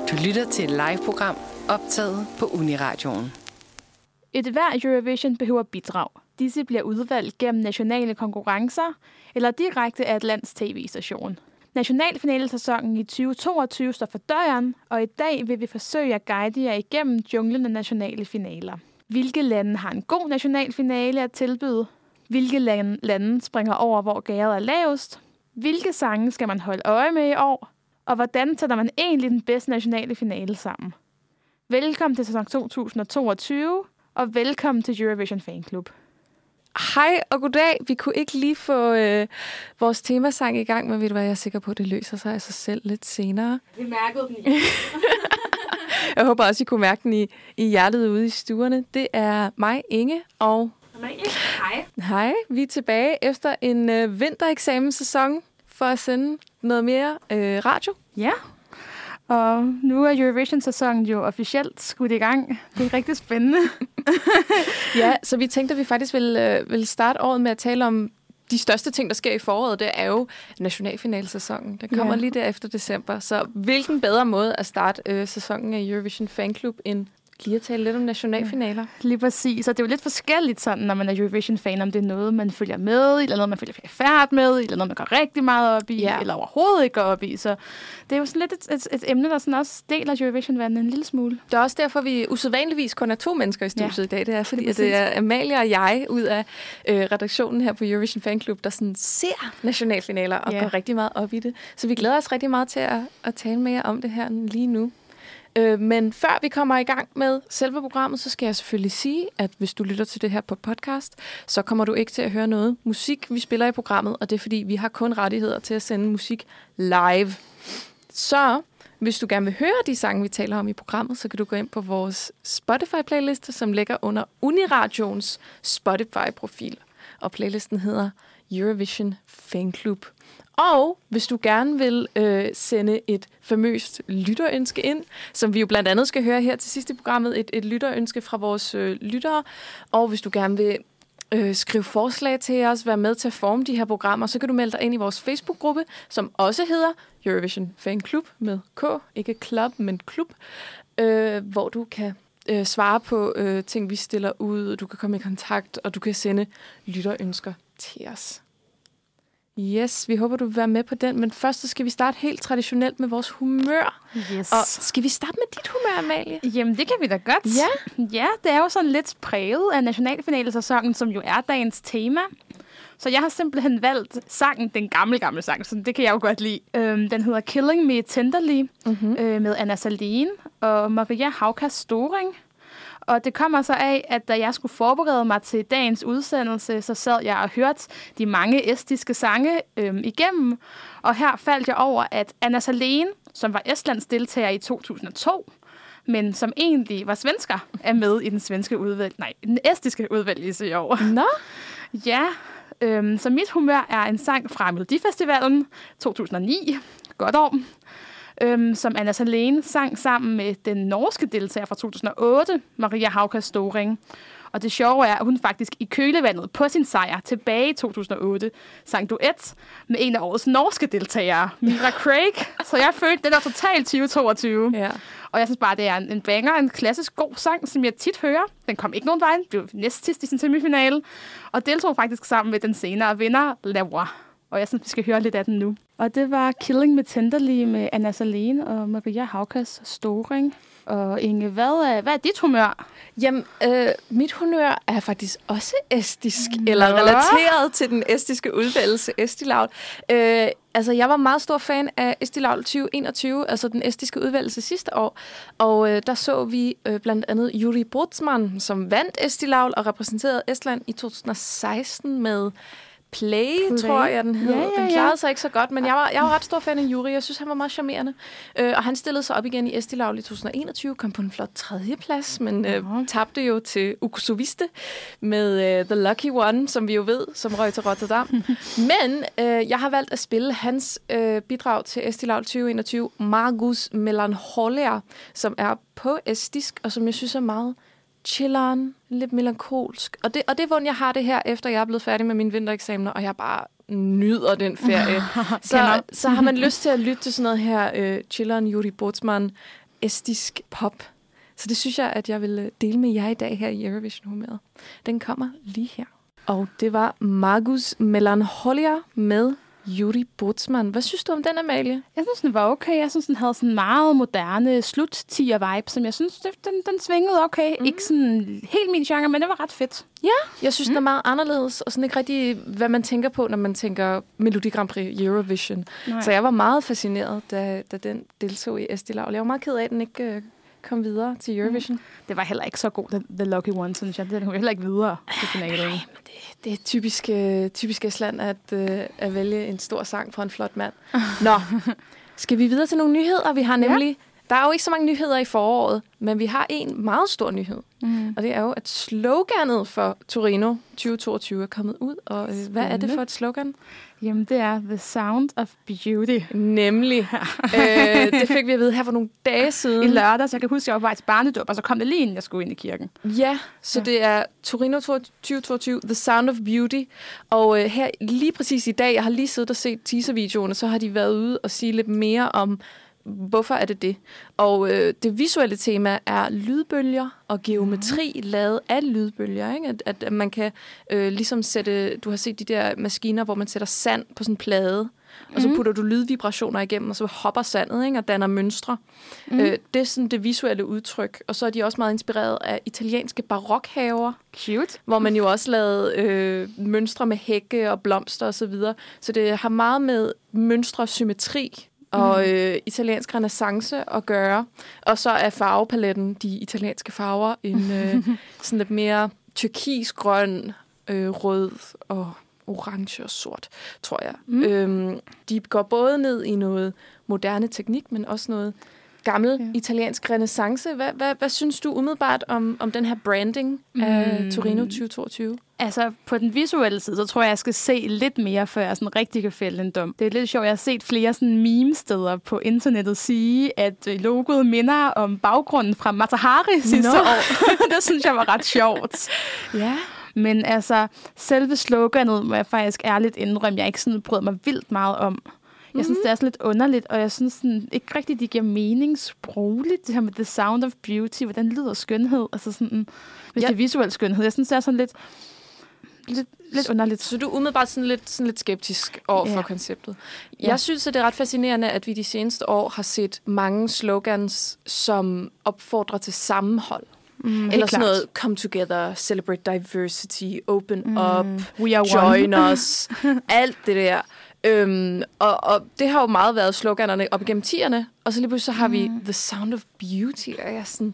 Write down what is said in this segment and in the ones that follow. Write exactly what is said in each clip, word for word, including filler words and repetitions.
Du lytter til et live-program optaget på Uniradioen. Et hver Eurovision behøver bidrag. Disse bliver udvalgt gennem nationale konkurrencer eller direkte af et lands tv-station. Nationalfinalesæsonen i tyve toogtyve står for døren, og i dag vil vi forsøge at guide jer igennem junglen af nationale finaler. Hvilke lande har en god nationalfinale at tilbyde? Hvilke lande, lande springer over, hvor gæret er lavest? Hvilke sange skal man holde øje med i år? Og hvordan sætter man egentlig den bedste nationale finale sammen? Velkommen til sæson to tusind toogtyve, og velkommen til Eurovision Fanklub. Hej og goddag. Vi kunne ikke lige få øh, vores temasang i gang, men ved du hvad, jeg er sikker på, at det løser sig af sig selv lidt senere. Vi mærkede den i. Jeg håber også, I kunne mærke den i, i hjertet ude i stuerne. Det er mig, Inge, og... Hej. Hej. Vi er tilbage efter en øh, vintereksamenssæson for at sende noget mere øh, radio. Ja, og nu er Eurovision-sæsonen jo officielt skudt i gang. Det er rigtig spændende. Ja, så vi tænkte, at vi faktisk ville, øh, ville starte året med at tale om de største ting, der sker i foråret. Det er jo nationalfinalsæsonen. Den kommer ja. lige der efter december. Så hvilken bedre måde at starte øh, sæsonen af Eurovision Fanklub end lige at tale lidt om nationalfinaler. Ja, lige præcis. Og det er jo lidt forskelligt sådan, når man er Eurovision-fan, om det er noget, man følger med i, eller noget, man følger færd med i, eller noget, man går rigtig meget op i, ja. eller overhovedet ikke går op i. Så det er jo sådan lidt et, et, et emne, der sådan også deler Eurovision-vandene en lille smule. Det er også derfor, vi usædvanligvis kun er to mennesker i studiet ja. i dag. Det er, fordi det er, det er Amalie og jeg ud af øh, redaktionen her på Eurovision Fanklub, der sådan ser nationalfinaler og ja. går rigtig meget op i det. Så vi glæder os rigtig meget til at, at tale med jer om det her lige nu. Men før vi kommer i gang med selve programmet, så skal jeg selvfølgelig sige, at hvis du lytter til det her på podcast, så kommer du ikke til at høre noget musik, vi spiller i programmet, og det er fordi, vi har kun rettigheder til at sende musik live. Så hvis du gerne vil høre de sange, vi taler om i programmet, så kan du gå ind på vores Spotify-playliste, som ligger under Uniradioens Spotify-profil, og playlisten hedder Eurovision Fanklub. Og hvis du gerne vil øh, sende et famøst lytterønske ind, som vi jo blandt andet skal høre her til sidst i programmet, et, et lytterønske fra vores øh, lyttere, og hvis du gerne vil øh, skrive forslag til os, være med til at forme de her programmer, så kan du melde dig ind i vores Facebook-gruppe, som også hedder Eurovision Fanklub med K, ikke club, men klub, øh, hvor du kan øh, svare på øh, ting, vi stiller ud, du kan komme i kontakt, og du kan sende lytterønsker til os. Yes, vi håber, du vil være med på den, men først så skal vi starte helt traditionelt med vores humør. Yes. Og skal vi starte med dit humør, Amalie? Jamen, det kan vi da godt. Ja. Ja, det er jo sådan lidt præget af nationalfinalesæsonen, som jo er dagens tema. Så jeg har simpelthen valgt sangen, den gamle, gamle sang, så det kan jeg jo godt lide. Øhm, den hedder Killing Me Tenderly, mm-hmm. øh, med Anna Saldin og Maria Haukas Storing. Og det kommer så af, at da jeg skulle forberede mig til dagens udsendelse, så sad jeg og hørte de mange estiske sange øhm, igennem. Og her faldt jeg over, at Anna Saldin, som var Estlands deltager i to tusind og to, men som egentlig var svensker, er med i den svenske udvælg- nej, den estiske udvælgelse i år. Nå? Ja, øhm, så mit humør er en sang fra Melodifestivalen to tusind og ni. Godt år. Øhm, som Anna Saldin sang sammen med den norske deltager fra to tusind og otte, Maria Haukas Storing. Og det sjove er, at hun faktisk i kølevandet på sin sejr tilbage i to tusind og otte sang duet med en af årets norske deltagere, Mira Craig. Så jeg følte, det var totalt tyve toogtyve. Ja. Og jeg synes bare, det er en, en banger, en klassisk god sang, som jeg tit hører. Den kom ikke nogen vej, blev næst sidst i sin semifinale, og deltog faktisk sammen med den senere vinder, Laura. Og jeg synes, vi skal høre lidt af den nu. Og det var Killing Me Tenderly med Anna Saldin og Maria Haukas Storing. Og Inge, hvad er, hvad er dit humør? Jamen, øh, mit humør er faktisk også estisk, Nå. eller relateret til den estiske udvælgelse Estilaul. Øh, altså, jeg var meget stor fan af Estilaul tyve enogtyve, altså den estiske udvælgelse sidste år. Og øh, der så vi øh, blandt andet Juri Botsman, som vandt Estilaul og repræsenterede Estland i to tusind og seksten med Play, Play, tror jeg, den hed. Ja, ja, ja. Den klarede sig ikke så godt, men jeg var, jeg var ret stor fan af Juri. Jeg synes, han var meget charmerende. Øh, og han stillede sig op igen i Estilaul i to tusind og enogtyve, kom på en flot tredjeplads, men øh, tabte jo til Ukusoviste med uh, The Lucky One, som vi jo ved, som røg til Rotterdam. Men øh, jeg har valgt at spille hans øh, bidrag til Estilaul tyve enogtyve, Margus Melancholia, som er på estisk, og som jeg synes er meget chilleren, lidt melankolsk. Og det, og det er, hvordan jeg har det her, efter jeg er blevet færdig med mine vintereksamener, og jeg bare nyder den ferie. så, så har man lyst til at lytte til sådan noget her, uh, chilleren Juri Botsman, estisk pop. Så det synes jeg, at jeg vil dele med jer i dag her i Eurovision-humøret. Den kommer lige her. Og det var Magus Melancholia med Yuri Bootsman. Hvad synes du om den, Amalie? Jeg synes, den var okay. Jeg synes, den havde sådan meget moderne slut-tier-vibe, som jeg synes, det, den, den svingede okay. Mm. Ikke sådan helt min genre, men det var ret fedt. Ja, jeg synes, mm. den er meget anderledes, og sådan ikke rigtig, hvad man tænker på, når man tænker Melodi Grand Prix Eurovision. Nej. Så jeg var meget fascineret, da, da den deltog i Estilav. Jeg var meget ked af, at den ikke øh, kom videre til Eurovision. Mm. Det var heller ikke så god, The, the Lucky One, synes jeg. Den kom heller ikke videre til finalen. Nej, men det, det er typisk, øh, typisk Estland at, øh, at vælge en stor sang fra en flot mand. Nå, skal vi videre til nogle nyheder? Vi har nemlig... Ja. Der er jo ikke så mange nyheder i foråret, men vi har en meget stor nyhed. Mm. Og det er jo, at sloganet for Torino tyve toogtyve er kommet ud. Og øh, hvad er det for et slogan? Jamen, det er The Sound of Beauty. Nemlig. øh, det fik vi at vide her for nogle dage siden. I lørdag, så jeg kan huske, at jeg var på vej til barnedåb, og så kom det lige inden, jeg skulle ind i kirken. Ja, så ja. Det er Torino tyve toogtyve, The Sound of Beauty. Og øh, her lige præcis i dag, jeg har lige siddet og set teaservideoerne, så har de været ude og sige lidt mere om, hvorfor er det det? Og øh, det visuelle tema er lydbølger og geometri mm. lavet af lydbølger. Ikke? At, at man kan øh, ligesom sætte... Du har set de der maskiner, hvor man sætter sand på sådan en plade, mm. og så putter du lydvibrationer igennem, og så hopper sandet, ikke? Og danner mønstre. Mm. Øh, det er sådan det visuelle udtryk. Og så er de også meget inspireret af italienske barokhaver. Cute. Hvor man jo også lavede øh, mønstre med hække og blomster osv. Så, videre. Så det har meget med mønstre og symmetri og øh, italiensk renæssance at gøre. Og så er farvepaletten, de italienske farver, en øh, sådan lidt mere turkisgrøn, øh, rød og orange og sort, tror jeg. Mm. Øhm, de går både ned i noget moderne teknik, men også noget gammel ja. italiensk renæssance. Hvad, hvad, hvad synes du umiddelbart om, om den her branding af mm. Torino tyve toogtyve? Altså, på den visuelle side, så tror jeg, jeg skal se lidt mere, før jeg sådan rigtig kan fælde en dom. Det er lidt sjovt, jeg har set flere sådan meme-steder på internettet sige, at logoet minder om baggrunden fra Mata Hari sidste no. år. Det synes jeg var ret sjovt. Ja. Men altså, selve sloganet må jeg faktisk ærligt indrømme, jeg ikke sådan brød mig vildt meget om. Jeg synes, det er sådan lidt underligt, og jeg synes sådan, ikke rigtigt, det giver mening sprogligt, det her med The Sound of Beauty, hvordan lyder skønhed, altså sådan, hvis ja. det er visuel skønhed. Jeg synes, det er sådan lidt, lidt, lidt underligt. Så du er umiddelbart sådan lidt, sådan lidt skeptisk over for ja. konceptet. Jeg ja. synes, at det er ret fascinerende, at vi de seneste år har set mange slogans, som opfordrer til sammenhold. Mm, Eller sådan noget, come together, celebrate diversity, open mm, up, join one. us, alt det der. Øhm, og, og det har jo meget været sloganerne op igennem tierne, og så lige pludselig så har mm. vi The Sound of Beauty, og jeg er sådan,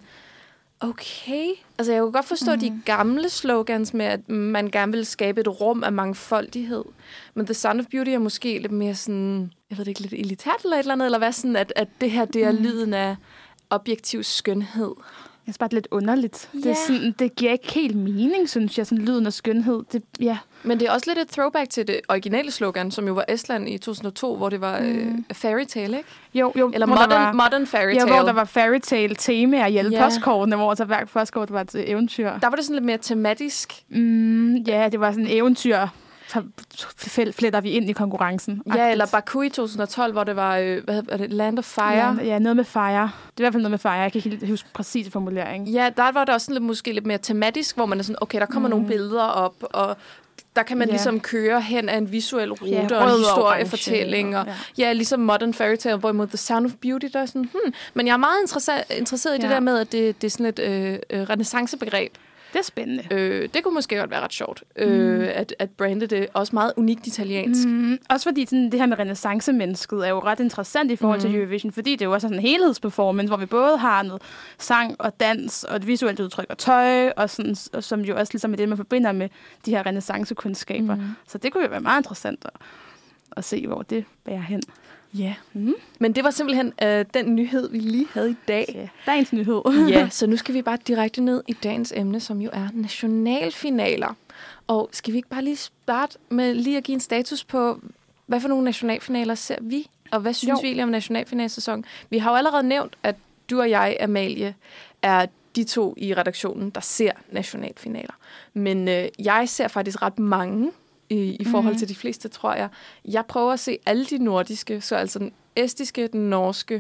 okay. Altså jeg kunne godt forstå mm. de gamle slogans med, at man gerne vil skabe et rum af mangfoldighed, men The Sound of Beauty er måske lidt mere sådan, jeg ved det ikke, lidt elitært eller et eller andet, eller hvad sådan, at, at det her, det er mm. lyden af objektiv skønhed. Jeg synes bare, det er lidt underligt. Yeah. Det, er sådan, det giver ikke helt mening, synes jeg, sådan lyden af skønhed. Det, ja. Men det er også lidt et throwback til det originale slogan, som jo var Estland i to tusind og to, hvor det var mm. øh, fairy tale, ikke? Jo, jo. Eller modern, var, modern fairy tale. Ja, hvor der var fairy tale temaer i alle yeah. postkortene, hvor så hver postkort var et eventyr. Der var det sådan lidt mere tematisk. Mm, ja, det var sådan et eventyr. Så fletter vi ind i konkurrencen. Ja, eller Baku i to tusind og tolv, hvor det var, øh, hvad er det, Land of Fire? Ja, ja, noget med fire. Det er i hvert fald noget med fire. Jeg kan ikke huske præcis formulering. Ja, der var det også sådan lidt, måske lidt mere tematisk, hvor man er sådan, okay, der kommer mm. nogle billeder op, og der kan man yeah. ligesom køre hen af en visuel rute ja, og en historiefortælling. Og, ja. ja, ligesom Modern Fairy Tale, hvorimod The Sound of Beauty, der er sådan, hmm. Men jeg er meget interesseret, interesseret i ja. det der med, at det, det er sådan et øh, øh, renæssancebegreb. Det er spændende. Øh, det kunne måske godt være ret sjovt, øh, mm. at, at brande det også meget unikt italiensk. Mm. Også fordi sådan, det her med renæssancemennesket er jo ret interessant i forhold mm. til Eurovision, fordi det er jo også sådan en helhedsperformance, hvor vi både har noget sang og dans og et visuelt udtryk og tøj, og sådan, og som jo også ligesom er det, man forbinder med de her renæssancekundskaber. Mm. Så det kunne jo være meget interessant at, at se, hvor det bærer hen. Ja, yeah. mm. Men det var simpelthen øh, den nyhed, vi lige havde i dag. Yeah. Dagens nyhed. Ja, så nu skal vi bare direkte ned i dagens emne, som jo er nationalfinaler. Og skal vi ikke bare lige starte med lige at give en status på, hvad for nogle nationalfinaler ser vi? Og hvad synes jo. vi egentlig om nationalfinalsæsonen? Vi har jo allerede nævnt, at du og jeg, Amalie, er de to i redaktionen, der ser nationalfinaler. Men øh, jeg ser faktisk ret mange i, i forhold til de fleste, tror jeg. Jeg prøver at se alle de nordiske, så altså den estiske, den norske,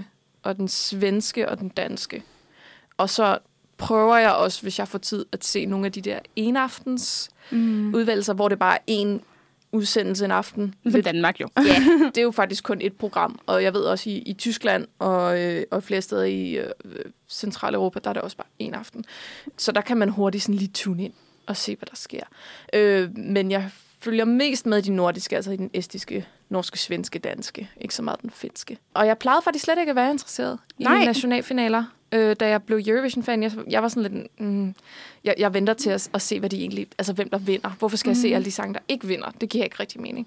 og den svenske og den danske. Og så prøver jeg også, hvis jeg får tid, at se nogle af de der enaftens mm. udvalgelser, hvor det bare er en udsendelse en aften. For Danmark jo. Ja, det er jo faktisk kun et program. Og jeg ved også i, i Tyskland og, øh, og flere steder i øh, Centraleuropa, der er det også bare en aften. Så der kan man hurtigt sådan lige tune ind og se, hvad der sker. Øh, men jeg følger mest med i de nordiske, altså i den estiske, norske, svenske, danske. Ikke så meget den finske. Og jeg plejede faktisk slet ikke at være interesseret i Nej. nationalfinaler. Øh, da jeg blev Eurovision-fan, jeg, jeg var sådan lidt... Mm, jeg, jeg venter til at, at se, hvad de egentlig... Altså, hvem der vinder. Hvorfor skal mm. jeg se alle de sange, der ikke vinder? Det giver ikke rigtig mening.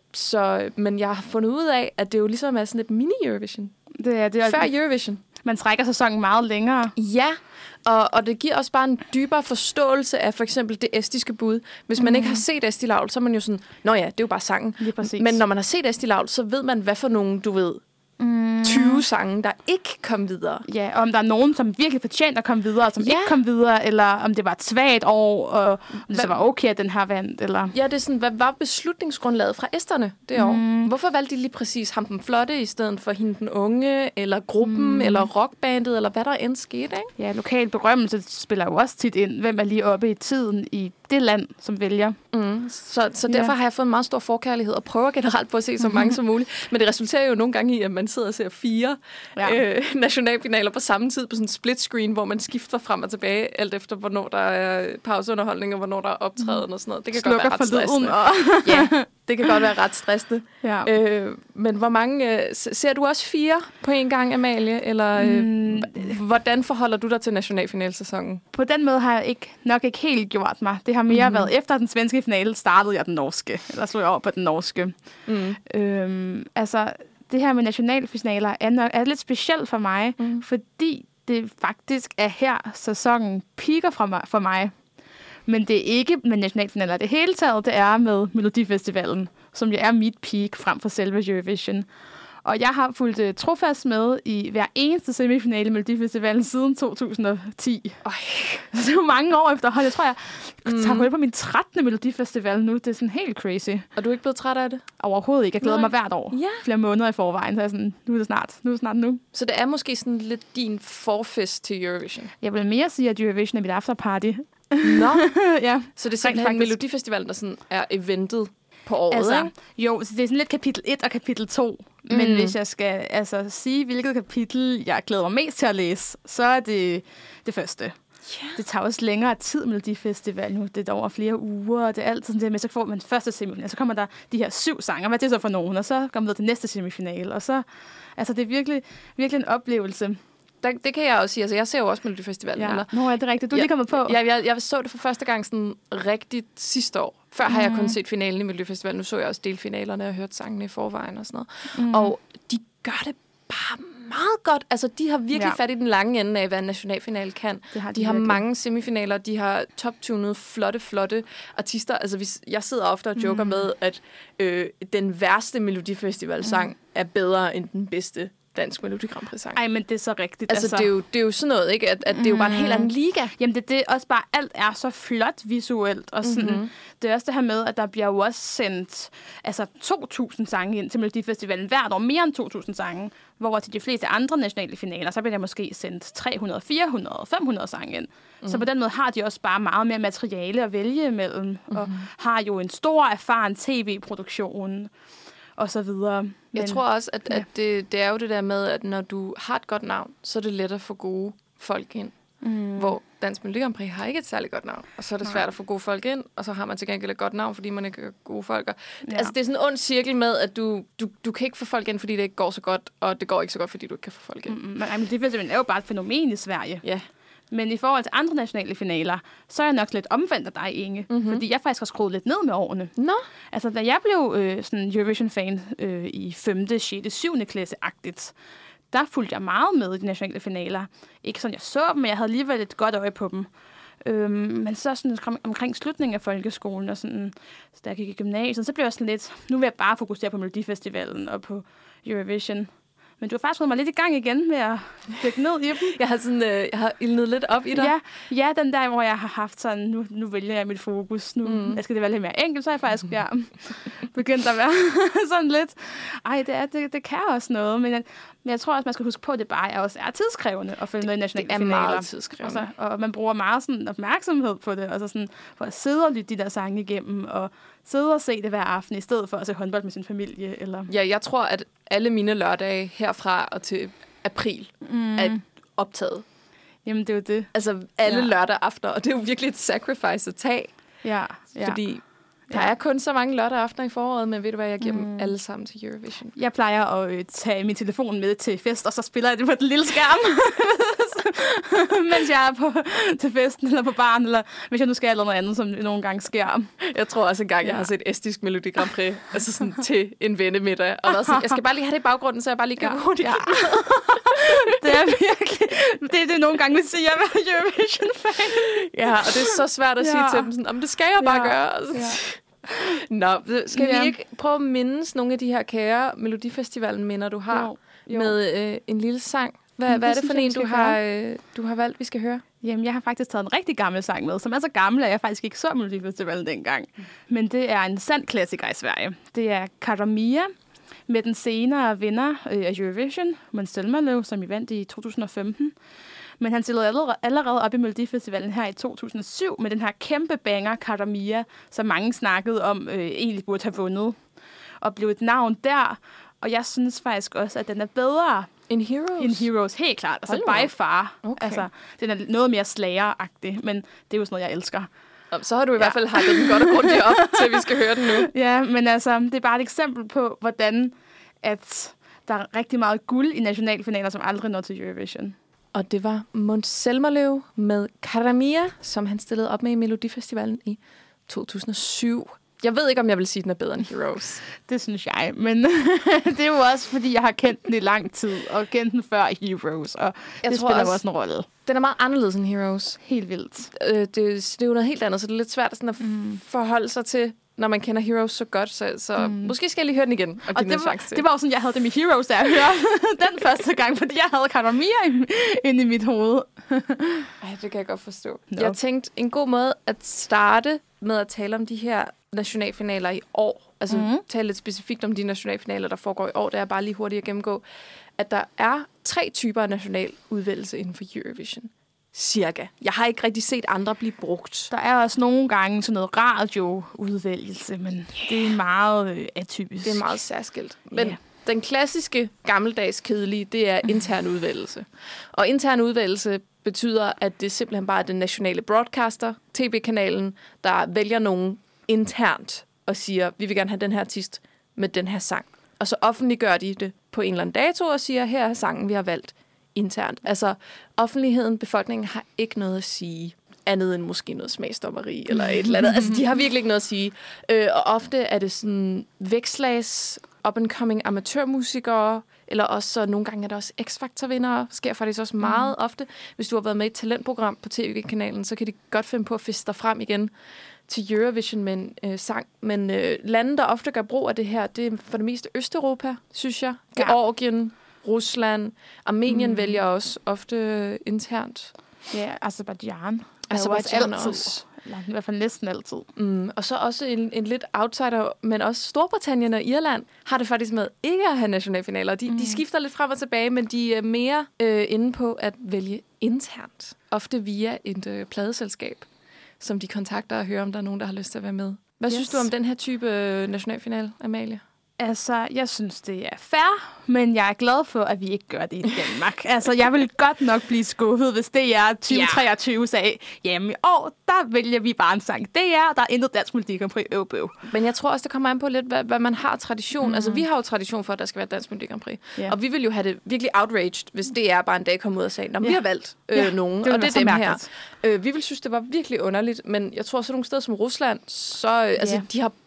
Så, men jeg har fundet ud af, at det jo ligesom er sådan et mini-Eurovision. Det er, det er, Før Eurovision. Man trækker sæsonen meget længere. Ja, og, og det giver også bare en dybere forståelse af for eksempel det estiske bud. Hvis man mm. ikke har set Esti Laul, så er man jo sådan... Nå ja, det er jo bare sangen. Men når man har set Esti Laul, så ved man, hvad for nogen, du ved... Mm. tyve sange, der ikke kom videre. Ja, og om der er nogen, som virkelig fortjente at komme videre, og som ja. ikke kom videre, eller om det var et svagt år, og om det så var okay, at den her vandt, eller... Ja, det er sådan, hvad var beslutningsgrundlaget fra esterne det år? Mm. Hvorfor valgte de lige præcis ham den flotte, i stedet for hende den unge, eller gruppen, mm. eller rockbandet, eller hvad der end skete, ikke? Ja, lokal berømmelse spiller jo også tit ind. Hvem er lige oppe i tiden i det land, som vælger? Mm. Så, så derfor ja. har jeg fået en meget stor forkærlighed, og prøver generelt på at se så mange som muligt. Men det resulterer jo nogle gange i, at man sidder og ser fire ja. øh, nationalfinaler på samme tid på sådan en split screen, hvor man skifter frem og tilbage, alt efter hvornår der er pauseunderholdning, og hvornår der er optræden og sådan noget. Det kan Slukker godt være ret stressende. Og... ja, det kan godt være ret stressende. Ja. Øh, men hvor mange... Øh, ser du også fire på en gang, Amalie? Eller øh, mm. hvordan forholder du dig til nationalfinalsæsonen? På den måde har jeg ikke, nok ikke helt gjort mig. Det har mere mm. været efter den svenske finale, startede jeg den norske. Eller slog jeg over på den norske. Mm. Øhm, altså... Det her med nationalfinaler er, nok, er lidt specielt for mig, mm. fordi det faktisk er her, sæsonen piker for mig, for mig. Men det er ikke med nationalfinaler. Det hele taget, det er med Melodifestivalen, som jo er mit peak frem for selve Eurovision. Og jeg har fulgt uh, trofast med i hver eneste semifinale i Melodifestivalen siden to tusind og ti. Øj. Det er jo mange år efterhånden. Jeg tror, jeg mm. tager hul på min trettende Melodifestival nu. Det er sådan helt crazy. Og du er ikke blevet træt af det? Overhovedet ikke. Jeg glæder Nej. mig hvert år. Ja. Flere måneder i forvejen. Så jeg er sådan, nu er det snart. Nu er det snart nu. Så det er måske sådan lidt din forfest til Eurovision? Jeg vil mere sige, at Eurovision er mit afterparty. Nå. Ja. Så det er simpelthen Melodifestivalen, der sådan er eventet på året, altså, ikke? Jo, så det er sådan lidt kapitel et og kapitel to. Mm. Men hvis jeg skal altså, sige, hvilket kapitel jeg glæder mig mest til at læse, så er det det første. Yeah. Det tager også længere tid med de festival nu. Det er over flere uger, og det er altid sådan det med, så får man første semifinal, så kommer der de her syv sanger. Hvad er det så for nogen? Og så kommer man videre til næste semifinal. Og så, altså det er virkelig, virkelig en oplevelse. Der, det kan jeg også sige. Altså, jeg ser jo også Melodifestivalen. Ja. Eller? Nå, er det rigtigt? Du er ja, lige kommet på. Ja, jeg, jeg så det for første gang sådan rigtigt sidste år. Før mm. har jeg kun set finalen i Melodifestivalen. Nu så jeg også delfinalerne og hørt sangene i forvejen og sådan noget. Mm. Og de gør det bare meget godt. Altså, de har virkelig ja. fat i den lange ende af, hvad en nationalfinale kan. De har, de har mange semifinaler. De har top-tunet, flotte, flotte artister. Altså, hvis, jeg sidder ofte og joker mm. med, at øh, den værste Melodifestival-sang mm. er bedre end den bedste dansk Melodi Grand Prix-sang. Ej, men det er så rigtigt. Altså, altså. Det, er jo, det er jo sådan noget, ikke? At, at det er jo bare en helt anden liga. Jamen, det er også bare, alt er så flot visuelt. Og sådan, mm-hmm. det er også det her med, at der bliver jo også sendt altså, to tusind sange ind til Melodifestivalen hvert år. Mere end to tusind sange. Hvor til de fleste andre nationale finaler, så bliver der måske sendt tre hundrede, fire hundrede, fem hundrede sange ind. Mm. Så på den måde har de også bare meget mere materiale at vælge imellem. Mm-hmm. Og har jo en stor, erfaren tv-produktion. Og så videre. Men, jeg tror også, at, ja. at det, det er jo det der med, at når du har et godt navn, så er det lettere at få gode folk ind. Mm. Hvor Dansk Melodi Grand Prix har ikke et særligt godt navn. Og så er det svært Nej. at få gode folk ind, og så har man til gengæld et godt navn, fordi man ikke har gode folk. Ja. Altså, det er sådan en ond cirkel med, at du, du, du kan ikke få folk ind, fordi det ikke går så godt, og det går ikke så godt, fordi du ikke kan få folk ind. Mm, men det er jo bare et fænomen i Sverige. Ja. Men i forhold til andre nationale finaler, så er jeg nok lidt omvendt af dig, Inge. Mm-hmm. Fordi jeg faktisk har skruet lidt ned med årene. Nå. Altså, da jeg blev øh, sådan Eurovision-fan øh, i femte, sjette, syvende klasse-agtigt, der fulgte jeg meget med i de nationale finaler. Ikke sådan, jeg så dem, men jeg havde alligevel et godt øje på dem. Øhm, men så sådan, omkring slutningen af folkeskolen, og sådan, så da jeg gik i gymnasiet, så blev jeg sådan lidt, nu vil jeg bare fokusere på Melodifestivalen og på Eurovision. Men du har faktisk fået mig lidt i gang igen med at dykke ned i dem. Jeg har, sådan, øh, jeg har ildnet lidt op i dig. Ja, ja, den der, hvor jeg har haft sådan, nu, nu vælger jeg mit fokus. Nu mm. jeg skal det være lidt mere enkelt, så er jeg faktisk ja, begyndt at være sådan lidt. Ej, det, er, det, det kan også noget, men jeg, men jeg tror også, man skal huske på, at det bare er, også er tidskrævende at følge med i nationale finaler. Det er finaler. meget tidskrævende. Og, så, og man bruger meget sådan opmærksomhed på det, og så sådan, for at sidde og lytte de der sange igennem, og sidde og se det hver aften, i stedet for at se håndbold med sin familie. Eller... Ja, jeg tror, at alle mine lørdage herfra og til april mm. er optaget. Jamen, det er jo det. Altså, alle ja. lørdag aftener, og det er jo virkelig et sacrifice at tage. Ja, ja. Fordi der er kun så mange lørdag aftener i foråret, men ved du hvad, jeg giver mm. dem alle sammen til Eurovision. Jeg plejer at øh, tage min telefon med til fest, og så spiller jeg det på den lille skærm, mens jeg er på, til festen eller på baren, eller hvis jeg nu skal eller noget andet, som nogle gange sker. Jeg tror også engang, ja. jeg har set estisk Melodi Grand Prix, altså sådan til en vennemiddag, og der sådan, jeg skal bare lige have det i baggrunden, så jeg bare lige kan ja. hurtigt ja. Det er virkelig, det er det nogle gange, vi siger, at være Eurovision-fan. Ja, og det er så svært at ja. sige til dem, sådan, om det skal jeg bare ja. gøre. Ja. Nå, skal ja. vi ikke prøve at mindes nogle af de her kære Melodifestivalen-minder, du har, jo. Jo. med øh, en lille sang? Hvad, hvad er det for en, du har, øh, du har valgt, vi skal høre? Jamen, jeg har faktisk taget en rigtig gammel sang med, som er så gammel, at jeg faktisk ikke så Melodifestivalen dengang. Mm. Men det er en sand klassiker i Sverige. Det er Cara Mia med den senere vinder øh, af Eurovision, Måns Zelmerlöw, som I vandt i to tusind og femten. Men han stillede allerede, allerede op i Melodifestivalen her i to tusind og syv med den her kæmpe banger, Cara Mia, som mange snakkede om øh, egentlig burde have vundet. Og blev et navn der. Og jeg synes faktisk også, at den er bedre end Heroes. End Heroes, helt klart. Altså by far. Okay. Altså, den er noget mere slageragtig, men det er jo sådan noget, jeg elsker. Så har du i ja. hvert fald hakket den godt og grundigt op, til vi skal høre den nu. Ja, men altså, det er bare et eksempel på, hvordan at der er rigtig meget guld i nationalfinaler, som aldrig når til Eurovision. Og det var Måns Zelmerlöw med Cara Mia, som han stillede op med i Melodifestivalen i to tusind og syv. Jeg ved ikke, om jeg vil sige, at den er bedre end Heroes. Det synes jeg, men det er jo også, fordi jeg har kendt den i lang tid, og kendt den før Heroes, og jeg det tror spiller også, også en rolle. Den er meget anderledes end Heroes. Helt vildt. Øh, det, det er jo noget helt andet, så det er lidt svært sådan at mm. forholde sig til, når man kender Heroes så godt, så, så mm. måske skal jeg lige høre den igen og give og den en chance til. Det var jo sådan, jeg havde det med Heroes, da jeg hørte den første gang, fordi jeg havde Cara Mia inde i mit hoved. Ej, det kan jeg godt forstå. No. Jeg tænkte, en god måde at starte med at tale om de her nationalfinaler i år, altså mm. tale lidt specifikt om de nationalfinaler, der foregår i år, det er bare lige hurtigt at gennemgå, at der er tre typer af national udvælgelse inden for Eurovision. Cirka. Jeg har ikke rigtig set andre blive brugt. Der er også nogle gange sådan noget radioudvælgelse, men yeah. det er meget øh, atypisk. Det er meget særskilt. Men yeah. den klassiske, gammeldags kedelige, det er intern udvælgelse. Og intern udvælgelse betyder, at det simpelthen bare er den nationale broadcaster, tv-kanalen, der vælger nogen internt og siger, vi vil gerne have den her artist med den her sang. Og så offentliggør de det på en eller anden dato og siger, her er sangen, vi har valgt internt. Altså, offentligheden, befolkningen har ikke noget at sige, andet end måske noget smagsdommeri eller et eller andet. Altså, de har virkelig ikke noget at sige. Øh, og ofte er det sådan vækslags, up-and-coming amatørmusikere, eller også så nogle gange er der også X-Factor-vindere. Sker faktisk også meget mm. ofte. Hvis du har været med i et talentprogram på tv-kanalen, så kan de godt finde på at fiske dig frem igen til Eurovision med en øh, sang. Men øh, lande, der ofte gør brug af det her, det er for det meste Østeuropa, synes jeg. Ja. Georgien, Rusland, Armenien mm. vælger også ofte internt. Ja, Aserbajdsjan. Aserbajdsjan også. Eller i hvert fald næsten altid. Mm, og så også en, en lidt outsider, men også Storbritannien og Irland har det faktisk med ikke at have nationalfinaler. De, mm. de skifter lidt frem og tilbage, men de er mere øh, inde på at vælge internt. Ofte via et øh, pladeselskab, som de kontakter og hører, om der er nogen, der har lyst til at være med. Hvad yes. synes du om den her type øh, nationalfinale, Amalie? Altså, jeg synes, det er fair, men jeg er glad for, at vi ikke gør det i Danmark. Altså, jeg vil godt nok blive skuffet, hvis det er tyve treogtyve sagde, jamen i år, der vælger vi bare en sang. Det er, der er intet dansk Melodi Grand Prix øvbøv. Men jeg tror også, det kommer an på lidt, hvad, hvad man har tradition. Mm. Altså, vi har jo tradition for, at der skal være dansk Melodi Grand Prix. Yeah. Og vi vil jo have det virkelig outraged, hvis det er bare en dag komme ud og sige, yeah. vi har valgt øh, yeah. nogen, det og det er dem mærkeligt. her. Øh, vi vil synes, det var virkelig underligt, men jeg tror også, nogle steder som Rusland, så øh, yeah. altså, de har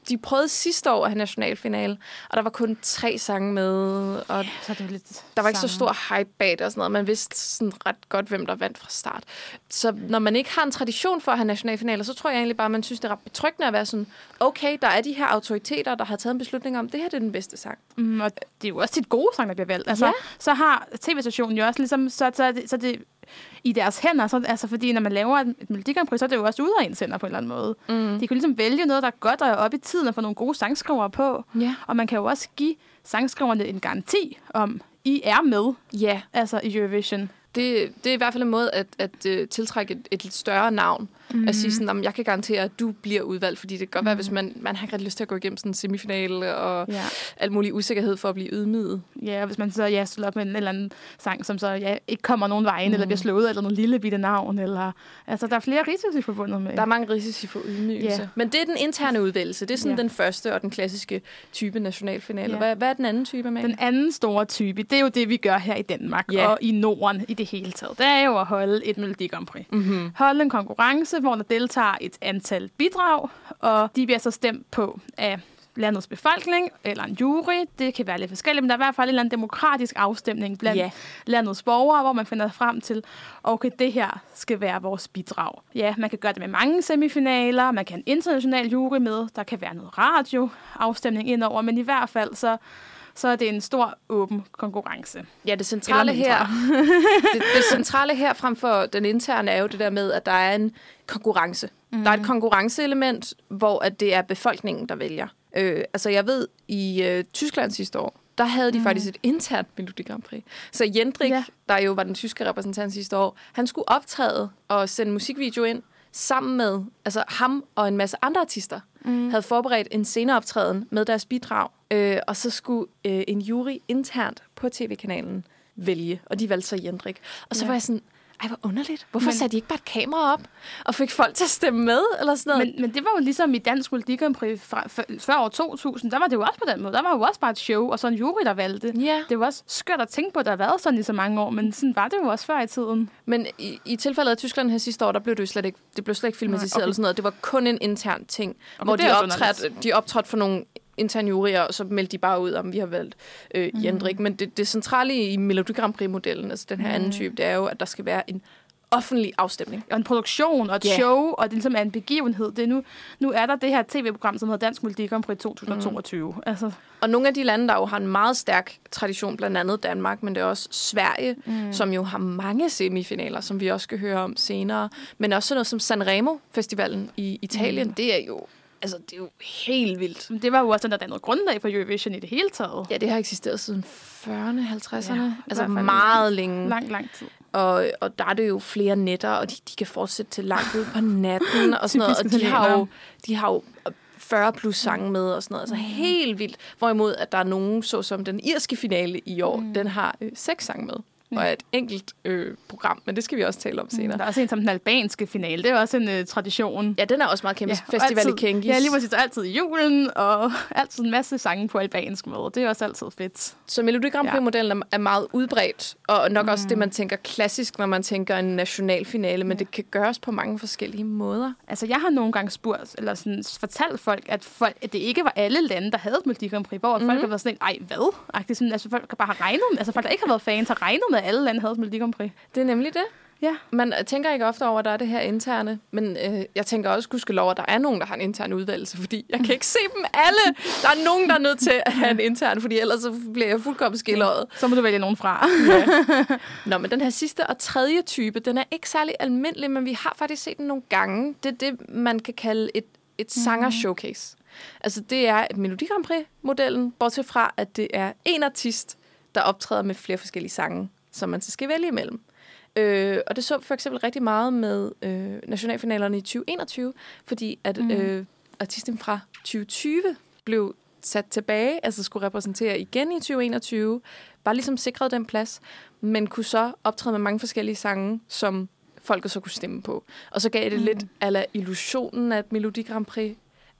de prøvede sidste år at have nationalfinale, og der var kun tre sange med, og ja, så det var lidt der var ikke samme. så stor hype bag det og sådan noget. Man vidste sådan ret godt, hvem der vandt fra start. Så når man ikke har en tradition for at have nationalfinaler, så tror jeg egentlig bare, at man synes, det er ret betryggende at være sådan, okay, der er de her autoriteter, der har taget en beslutning om, det her det er den bedste sang. Mm, og det er jo også tit gode sang, der bliver valgt. Altså, Ja. så har tv-stationen jo også ligesom, så, så, er det, så er det i deres hænder, så, altså fordi når man laver et, et Melodi Grand Prix, så er det jo også ude af ens hænder på en eller anden måde. Mm. De kan ligesom vælge noget, der er godt og er oppe i tiden og få nogle gode sangskrivere på. Ja. Og man kan jo også give sangskriverne en garanti om, I er med, Ja, altså i Eurovision. det, det er i hvert fald en måde at, at uh, tiltrække et, et lidt større navn. Mm. At sige sådan, jeg kan garantere, at du bliver udvalgt, fordi det kan godt mm. være, hvis man, man har ikke rigtig lyst til at gå igennem sådan en semifinale og Ja. alt mulig usikkerhed for at blive ydmyget. Ja, og hvis man så ja, slår op med en eller anden sang, som så ja, ikke kommer nogen vejen, mm. eller bliver slået, eller noget lille bitte navn, eller... Altså, der er flere risici forbundet med. Der er mange risici for ydmygelse. Yeah. Men det er den interne udvælgelse. Det er sådan Ja. den første og den klassiske type nationalfinale. Ja. Hvad, hvad er den anden type, Amalie? Den anden store type, det er jo det, vi gør her i Danmark, Ja. og i Norden i det hele taget. Det er jo at holde et Melodi Grand Prix. Mm-hmm. Holde en konkurrence, hvor der deltager et antal bidrag, og de bliver så stemt på af landets befolkning, eller en jury. Det kan være lidt forskelligt, men der er i hvert fald en eller anden demokratisk afstemning blandt Ja. landets borgere, hvor man finder frem til, okay, det her skal være vores bidrag. Ja, man kan gøre det med mange semifinaler, man kan have en international jury med, der kan være noget radioafstemning indover, men i hvert fald så, så er det en stor, åben konkurrence. Ja, det centrale Eller her, det, det centrale her frem for den interne er jo det der med, at der er en konkurrence. Mm. Der er et konkurrenceelement, hvor at det er befolkningen, der vælger. Øh, altså jeg ved, i øh, Tyskland sidste år, der havde de mm. faktisk et internt Melodi Grand Prix. Så Jendrik, Ja. der jo var den tyske repræsentant sidste år, han skulle optræde og sende musikvideo ind sammen med, altså ham og en masse andre artister, mm. havde forberedt en sceneoptræden med deres bidrag. Øh, og så skulle øh, en jury internt på tv-kanalen vælge, og de valgte så Jendrik. Og så Ja. var jeg sådan, ej, hvor underligt. Hvorfor Men- satte de ikke bare et kamera op og fik folk til at stemme med, eller sådan noget? Men, men det var jo ligesom i Dansk Melodi Grand Prix fra, for, før år to tusind, der var det jo også på den måde. Der var jo også bare et show, og så en jury, der valgte. Ja. Det var også skørt at tænke på, at der har været sådan i så mange år, men sådan var det jo også før i tiden. Men i, i tilfældet af Tyskland her sidste år, der blev det jo slet ikke, det blev slet ikke filmatiseret. Nej, okay. Eller sådan noget. Det var kun en intern ting, Okay, hvor det de er også optrådte, de optrådte for nogle interne juryer, og så meldte de bare ud, om vi har valgt øh, Mhm. Jendrik. Men det, det centrale i Melodi Grand Prix-modellen, altså den her Mhm. anden type, det er jo, at der skal være en offentlig afstemning. Og en produktion og et Ja. show, og det ligesom er en begivenhed. Det er nu, nu er der det her tv-program, som hedder Dansk Melodi Grand Prix to tusind toogtyve. Mm. Altså, Og nogle af de lande, der jo har en meget stærk tradition, blandt andet Danmark, men det er også Sverige, mm. som jo har mange semifinaler, som vi også skal høre om senere. Men også sådan noget som Sanremo-festivalen i Italien, mm. det er jo altså, det er jo helt vildt. det var jo også den, der dannede grundlag for Eurovision i det hele taget. Ja, det har eksisteret siden fyrrerne, halvtredserne. Ja, Ja, i altså hvert fald meget længe. Lang, lang tid. Og, og der er det jo flere netter, og de, de kan fortsætte til langt ud på natten og sådan noget. Og Typisk de har, jo, italienere. de har jo fyrre plus sange med og sådan noget. Altså helt vildt. Hvorimod, at der er nogen, såsom den irske finale i år, mm. den har øh, seks sange med. Og er et enkelt øh, program, men det skal vi også tale om senere. Der er også en som den albanske finale. Det er også en uh, tradition. Ja, den er også meget kæmpe. og Festival altid, i Kengis. Ja, lige præcis. Og altid i julen, og altid en masse sange på albansk med. Det er også altid fedt. Så Melodi Grand Prix-modellen er meget udbredt, og nok mm. også det, man tænker klassisk, når man tænker en nationalfinale, men ja. det kan gøres på mange forskellige måder. Altså, jeg har nogle gange spurgt, eller sådan fortalt folk, at, folk, at det ikke var alle lande, der havde et Melodi Grand Prix, hvor mm. folk har været sådan, ej, hvad? Agtigt, sådan, altså, folk bare har regnet, altså folk, der ikke har været fans, har regnet med, at alle lande havde et Melodi Grand Prix. Det er nemlig det. Ja. Man tænker ikke ofte over, at der er det her interne, men øh, jeg tænker også, gudskelov, at der er nogen, der har en intern udvalgelse, fordi jeg kan ikke se dem alle. Der er nogen, der er nødt til at have en intern, fordi ellers så bliver jeg fuldkommen skilleret. Så må du vælge nogen fra. Ja. Nå, men den her sidste og tredje type, den er ikke særlig almindelig, men vi har faktisk set den nogle gange. Det er det, man kan kalde et, et sanger-showcase. Altså, det er et Melodi Grand Prix-modellen, bortset fra, at det er en artist, der optræder med flere forskellige sange, som man så skal vælge imellem. Øh, og det så vi for eksempel rigtig meget med øh, nationalfinalerne i tyve enogtyve, fordi at mm. øh, artisten fra tyve tyve blev sat tilbage, altså skulle repræsentere igen i tyve enogtyve, bare ligesom sikrede den plads, men kunne så optræde med mange forskellige sange, som folket så kunne stemme på. Og så gav det mm. lidt ala illusionen af et Melodi Grand Prix, at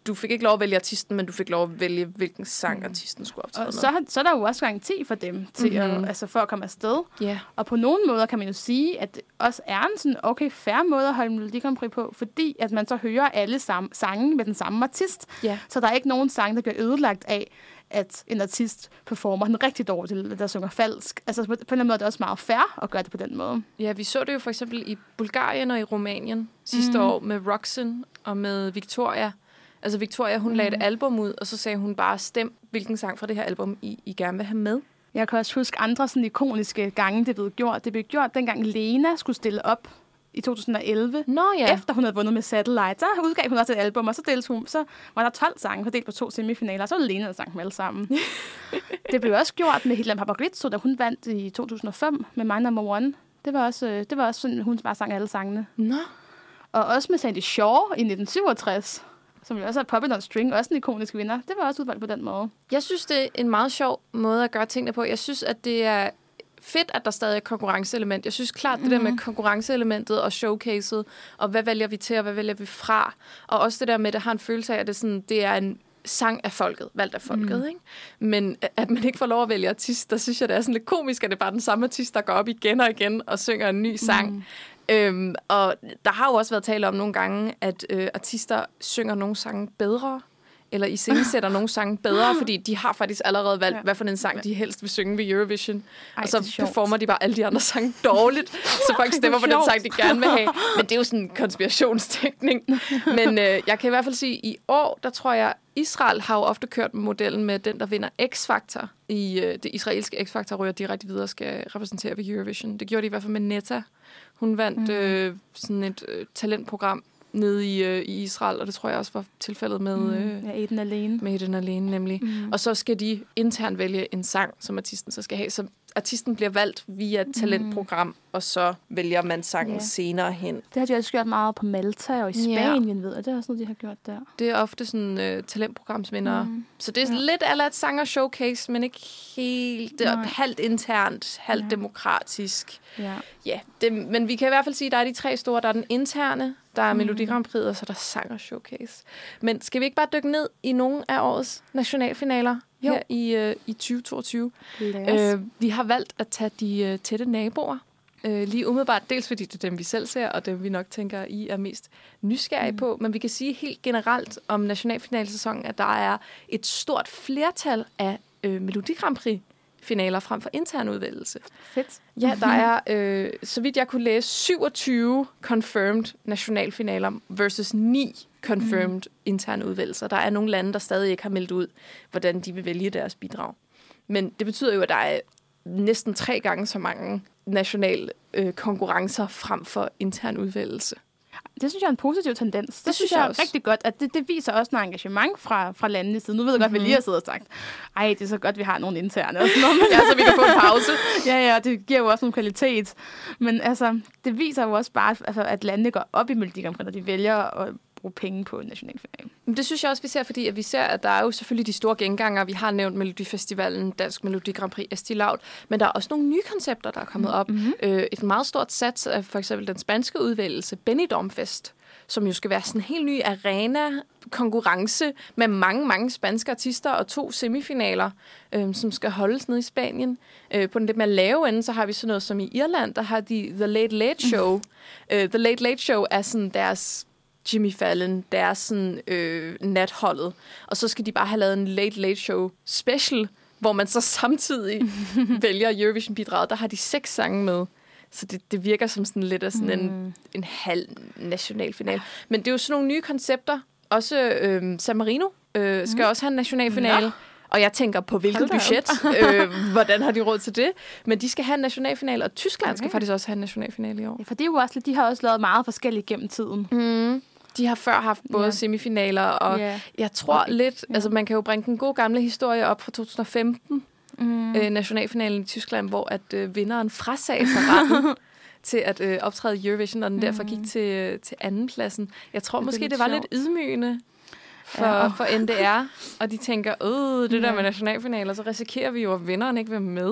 du fik ikke lov at vælge artisten, men du fik lov at vælge, hvilken sang mm. artisten skulle optræde og med. Så, så er der jo også garanti for dem, til mm-hmm. at, altså for at komme afsted. Yeah. Og på nogle måder kan man jo sige, at det også er en sådan okay, fair måde at holde Melodi Grand Prix på, fordi at man så hører alle sam- sange med den samme artist. Yeah. Så der er ikke nogen sang, der bliver ødelagt af, at en artist performer den rigtig dårligt, der synger falsk. Altså på, på en eller anden måde er det også meget fair at gøre det på den måde. Ja, vi så det jo for eksempel i Bulgarien og i Rumænien sidste mm. år med Roxen og med Victoria. Altså Victoria, hun mm. lagde et album ud, og så sagde hun bare, stem, hvilken sang fra det her album, I, I gerne vil have med. Jeg kan også huske andre sådan ikoniske gange, det blev gjort. Det blev gjort, dengang Lena skulle stille op i to tusind og elleve. Nå ja. Efter hun havde vundet med Satellite, så udgav hun også et album, og så, delte hun, så var der tolv sange fordelt på to semifinaler, og så var det Lena, der sang dem alle sammen. Det blev også gjort med Helena Paparizou, da hun vandt i to tusind og fem med My Number One. Det var også, det var også sådan, hun bare sang alle sangene. Nå. Og også med Sandy Shaw i nitten syvogtres, som jo også er Puppet on String, også en ikonisk vinder. Det var også udvalgt på den måde. Jeg synes, det er en meget sjov måde at gøre tingene på. Jeg synes, at det er fedt, at der stadig er konkurrenceelement. Jeg synes klart, mm-hmm. det der med konkurrenceelementet og showcaset, og hvad vælger vi til, og hvad vælger vi fra. Og også det der med, at det har en følelse af, at det, sådan, det er en sang af folket, valgt af folket. Mm. Ikke? Men at man ikke får lov at vælge artist, der synes jeg, det er sådan lidt komisk, at det er bare den samme artist, der går op igen og igen og synger en ny sang. Mm. Øhm, og der har jo også været tale om nogle gange, at øh, artister synger nogle sange bedre, eller iscenesætter nogle sange bedre, fordi de har faktisk allerede valgt, ja. hvad for en sang de helst vil synge ved Eurovision. Ej, og så performer de bare alle de andre sange dårligt, så folk stemmer på den sang, de gerne vil have. Men det er jo sådan en konspirationstænkning. Men øh, jeg kan i hvert fald sige, at i år, der tror jeg, Israel har jo ofte kørt med modellen med den, der vinder X-Factor. I øh, det israelske X-Factor ryger direkte videre og skal repræsentere ved Eurovision. Det gjorde de i hvert fald med Netta. Hun vandt mm. øh, sådan et øh, talentprogram nede i, øh, i Israel, og det tror jeg også var tilfældet med øh, ja, Eden Alene. Med Eden Alene, nemlig. Mm. Og så skal de internt vælge en sang, som artisten så skal have. Så artisten bliver valgt via et talentprogram, mm. og så vælger man sangen yeah. senere hen. Det har de også gjort meget på Malta og i Spanien, yeah. ved jeg. Det er også noget, de har gjort der. Det er ofte sådan øh, talentprogramsvindere. Mm. Så det er ja. lidt ala et sang og showcase, men ikke helt. Det er halvt internt, halvt ja. demokratisk. Ja. Ja, det, men vi kan i hvert fald sige, at der er de tre store. Der er den interne, der er mm. Melodi Grand Prix, og så er der sang og showcase. Men skal vi ikke bare dykke ned i nogle af årets nationalfinaler jo. her i, øh, i tyve toogtyve? Øh, vi har valgt at tage de øh, tætte naboer. Øh, lige umiddelbart, dels fordi det er dem, vi selv ser, og dem, vi nok tænker, I er mest nysgerrige mm. på. Men vi kan sige helt generelt om nationalfinalsæsonen, at der er et stort flertal af øh, Melodi Grand Prix finaler frem for intern udvælgelse. Fedt. Ja, der er, øh, så vidt jeg kunne læse, syvogtyve confirmed nationalfinaler versus ni confirmed mm. interne udvælgelser. Der er nogle lande, der stadig ikke har meldt ud, hvordan de vil vælge deres bidrag. Men det betyder jo, at der er næsten tre gange så mange nationale øh, konkurrencer frem for intern udvælgelse. Det synes jeg er en positiv tendens. Det, det synes jeg, jeg er også. rigtig godt, at det, det viser også noget engagement fra, fra landene side. Nu ved jeg godt, mm-hmm. at vi lige har siddet og sagt, ej, det er så godt, at vi har nogle interne. Og sådan noget. Ja, så vi kan få en pause. ja, ja, det giver jo også nogle kvalitet. Men altså, det viser jo også bare, altså, at landene går op i Melodi Grand Prix, når de vælger at bruge penge på en nationalfinale. Det synes jeg også, vi ser, fordi at vi ser, at der er jo selvfølgelig de store genganger. Vi har nævnt Melodifestivalen, Dansk Melodi Grand Prix, Esti Laud, men der er også nogle nye koncepter, der er kommet op. Mm-hmm. Øh, et meget stort sats af for eksempel den spanske udvælgelse, Benidorm Fest, som jo skal være sådan en helt ny arena-konkurrence med mange, mange spanske artister og to semifinaler, øh, som skal holdes nede i Spanien. Øh, på den lidt mere lave ende, så har vi sådan noget som i Irland, der har de The Late Late Show. Mm. Uh, The Late Late Show er sådan deres Jimmy Fallon, deres sådan, øh, natholdet. Og så skal de bare have lavet en Late Late Show special, hvor man så samtidig vælger Eurovision-bidraget. Der har de seks sange med. Så det, det virker som sådan lidt af sådan mm. en, en halv nationalfinale. Men det er jo sådan nogle nye koncepter. Også øh, San Marino øh, skal mm. også have en nationalfinale. Ja. Og jeg tænker på hvilket budget. øh, hvordan har de råd til det? Men de skal have en nationalfinale, og Tyskland okay. skal faktisk også have en nationalfinale i år. Ja, for det er jo også, de har også lavet meget forskelligt gennem tiden. Mm. De har før haft både yeah. semifinaler, og yeah. jeg tror okay. lidt, yeah. altså man kan jo bringe den gode gamle historie op fra to tusind og femten, mm. øh, nationalfinalen i Tyskland, hvor at øh, vinderen frasagde sig retten til at øh, optræde i Eurovision, og den mm. derfor gik til, til andenpladsen. Jeg tror det måske, det var sjovt. Lidt ydmygende for, ja. for N D R, og de tænker, øh, det der med nationalfinaler, så risikerer vi jo, at vinderen ikke vil med.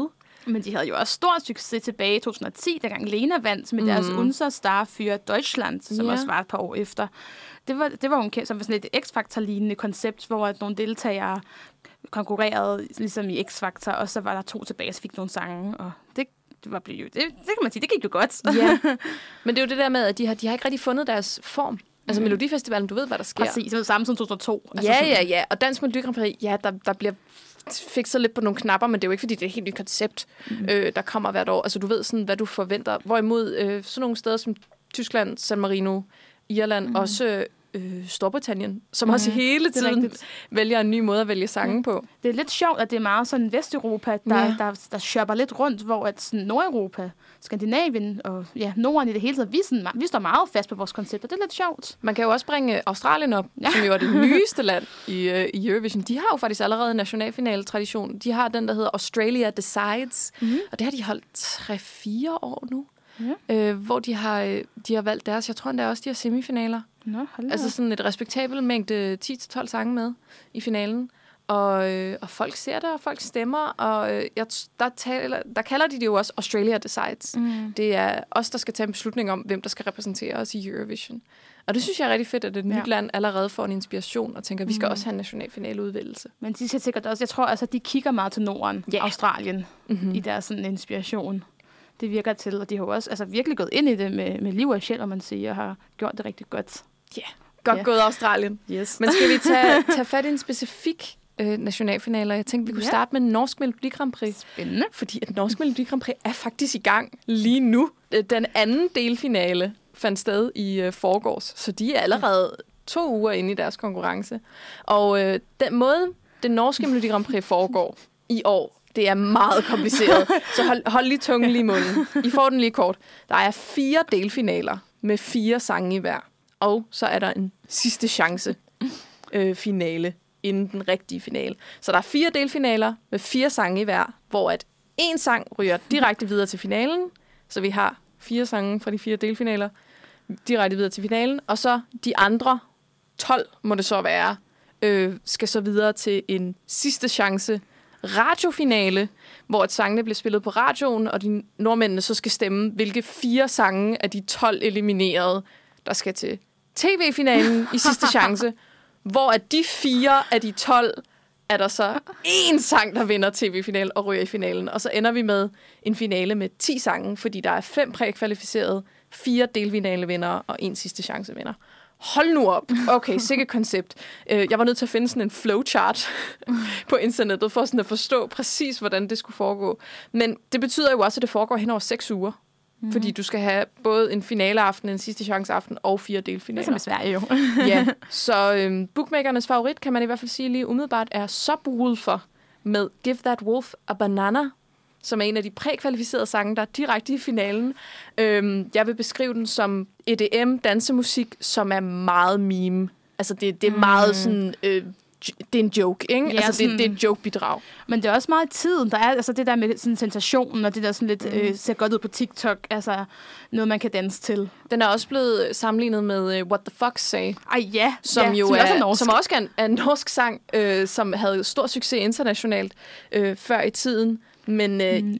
Men de havde jo også stor succes tilbage i to tusind og ti, dengang Lena vandt med mm. deres Unser Star für Deutschland, som ja. også var et par år efter. Det var, det var jo en, som var sådan et X-Factor-lignende koncept, hvor at nogle deltagere konkurrerede ligesom i X-Factor, og så var der to tilbage, og så fik nogle sange, og det, det var blevet, det, det kan man sige, det gik jo godt. Ja. Men det er jo det der med, at de har, de har ikke rigtig fundet deres form. Altså mm. Melodifestivalen, du ved, hvad der sker. Præcis, det var samme som to tusind og to. Altså ja, ja, ja. Og Dansk Melodi Grand Prix, ja, der, der bliver fikset lidt på nogle knapper, men det er jo ikke, fordi det er et helt nyt koncept, mm. øh, der kommer hvert år. Altså, du ved sådan, hvad du forventer. Hvorimod øh, sådan nogle steder som Tyskland, San Marino, Irland, mm. også øh, Storbritannien, som mm. også hele tiden vælger en ny måde at vælge sange mm. på. Det er lidt sjovt, at det er meget sådan Vesteuropa, der, ja. der, der shopper lidt rundt, hvor at sådan Nordeuropa, Skandinavien og ja, Norden i det hele taget, vi, sådan, vi står meget fast på vores koncept, og det er lidt sjovt. Man kan jo også bringe Australien op, ja. som jo er det nyeste land i, uh, i Eurovision. De har jo faktisk allerede en nationalfinale-tradition. De har den, der hedder Australia Decides, mm-hmm. og det har de holdt tre fire år nu, ja. øh, hvor de har, de har valgt deres, jeg tror endda også, de har semifinaler. Nå, altså sådan et respektabelt mængde ti til tolv sange med i finalen. Og, øh, og folk ser det, og folk stemmer, og øh, jeg, der, taler, der kalder de det jo også Australia Decides. Mm. Det er os, der skal tage en beslutning om, hvem der skal repræsentere os i Eurovision. Og det synes jeg er rigtig fedt, at et ja. nyt land allerede får en inspiration, og tænker, at vi skal mm. også have en nationalfinaleudvælgelse. Men de siger sikkert også, jeg tror, altså, de kigger meget til Norden, yeah. Australien, mm-hmm. i deres sådan, inspiration. Det virker til, og de har jo også altså, virkelig gået ind i det med, med liv og sjæl, og man siger, og har gjort det rigtig godt. Ja, yeah. godt yeah. gået Australien. Yes. Men skal vi tage, tage fat i en specifik Øh, nationalfinaler. Jeg tænkte, vi kunne ja. starte med Norsk Melodi Grand Prix. Spændende. Fordi at Norsk Melodi Grand Prix er faktisk i gang lige nu. Den anden delfinale fandt sted i øh, forgårs, så de er allerede to uger inde i deres konkurrence. Og øh, den måde, den norske Melodi Grand Prix foregår i år, det er meget kompliceret. Så hold, hold lige tungen lige i munden. I får den lige kort. Der er fire delfinaler med fire sange i hver. Og så er der en sidste chance øh, finale inden den rigtige finale. Så der er fire delfinaler med fire sange i hver, hvor at en sang ryger direkte videre til finalen. Så vi har fire sange fra de fire delfinaler direkte videre til finalen. Og så de andre tolv, må det så være, øh, skal så videre til en sidste chance radiofinale, hvor et sangene bliver spillet på radioen, og de nordmændene så skal stemme, hvilke fire sange af de tolv eliminerede, der skal til tv-finalen i sidste chance. Hvor af de fire af de tolv er der så én sang, der vinder tv-finalen og ryger i finalen. Og så ender vi med en finale med ti sange, fordi der er fem prækvalificerede, fire delfinalevindere og en sidste chancevinder. Hold nu op. Okay, sikkert koncept. Jeg var nødt til at finde sådan en flowchart på internettet, for sådan at forstå præcis, hvordan det skulle foregå. Men det betyder jo også, at det foregår hen over seks uger. Mm-hmm. Fordi du skal have både en finaleaften, en sidste chanceaften og fire delfinaler. Det er som i Sverige jo. Ja, så øhm, bookmakernes favorit, kan man i hvert fald sige lige umiddelbart, er Subwoofer for med Give That Wolf a Banana, som er en af de prækvalificerede sange, der er direkte i finalen. Øhm, jeg vil beskrive den som E D M, dansemusik, som er meget meme. Altså det, det er meget mm. sådan... Øh, det er en joke, ikke? Ja, altså, det, sådan, det er et joke-bidrag. Men det er også meget tiden. Der er altså det der med sådan sensationen, og det der sådan lidt mm. øh, ser godt ud på TikTok. Altså noget, man kan danse til. Den er også blevet sammenlignet med uh, What the Fuck Say. Ej ja, som ja, jo som er, også er norsk. Som også er en, er en norsk sang, øh, som havde stor succes internationalt øh, før i tiden. Men øh, mm,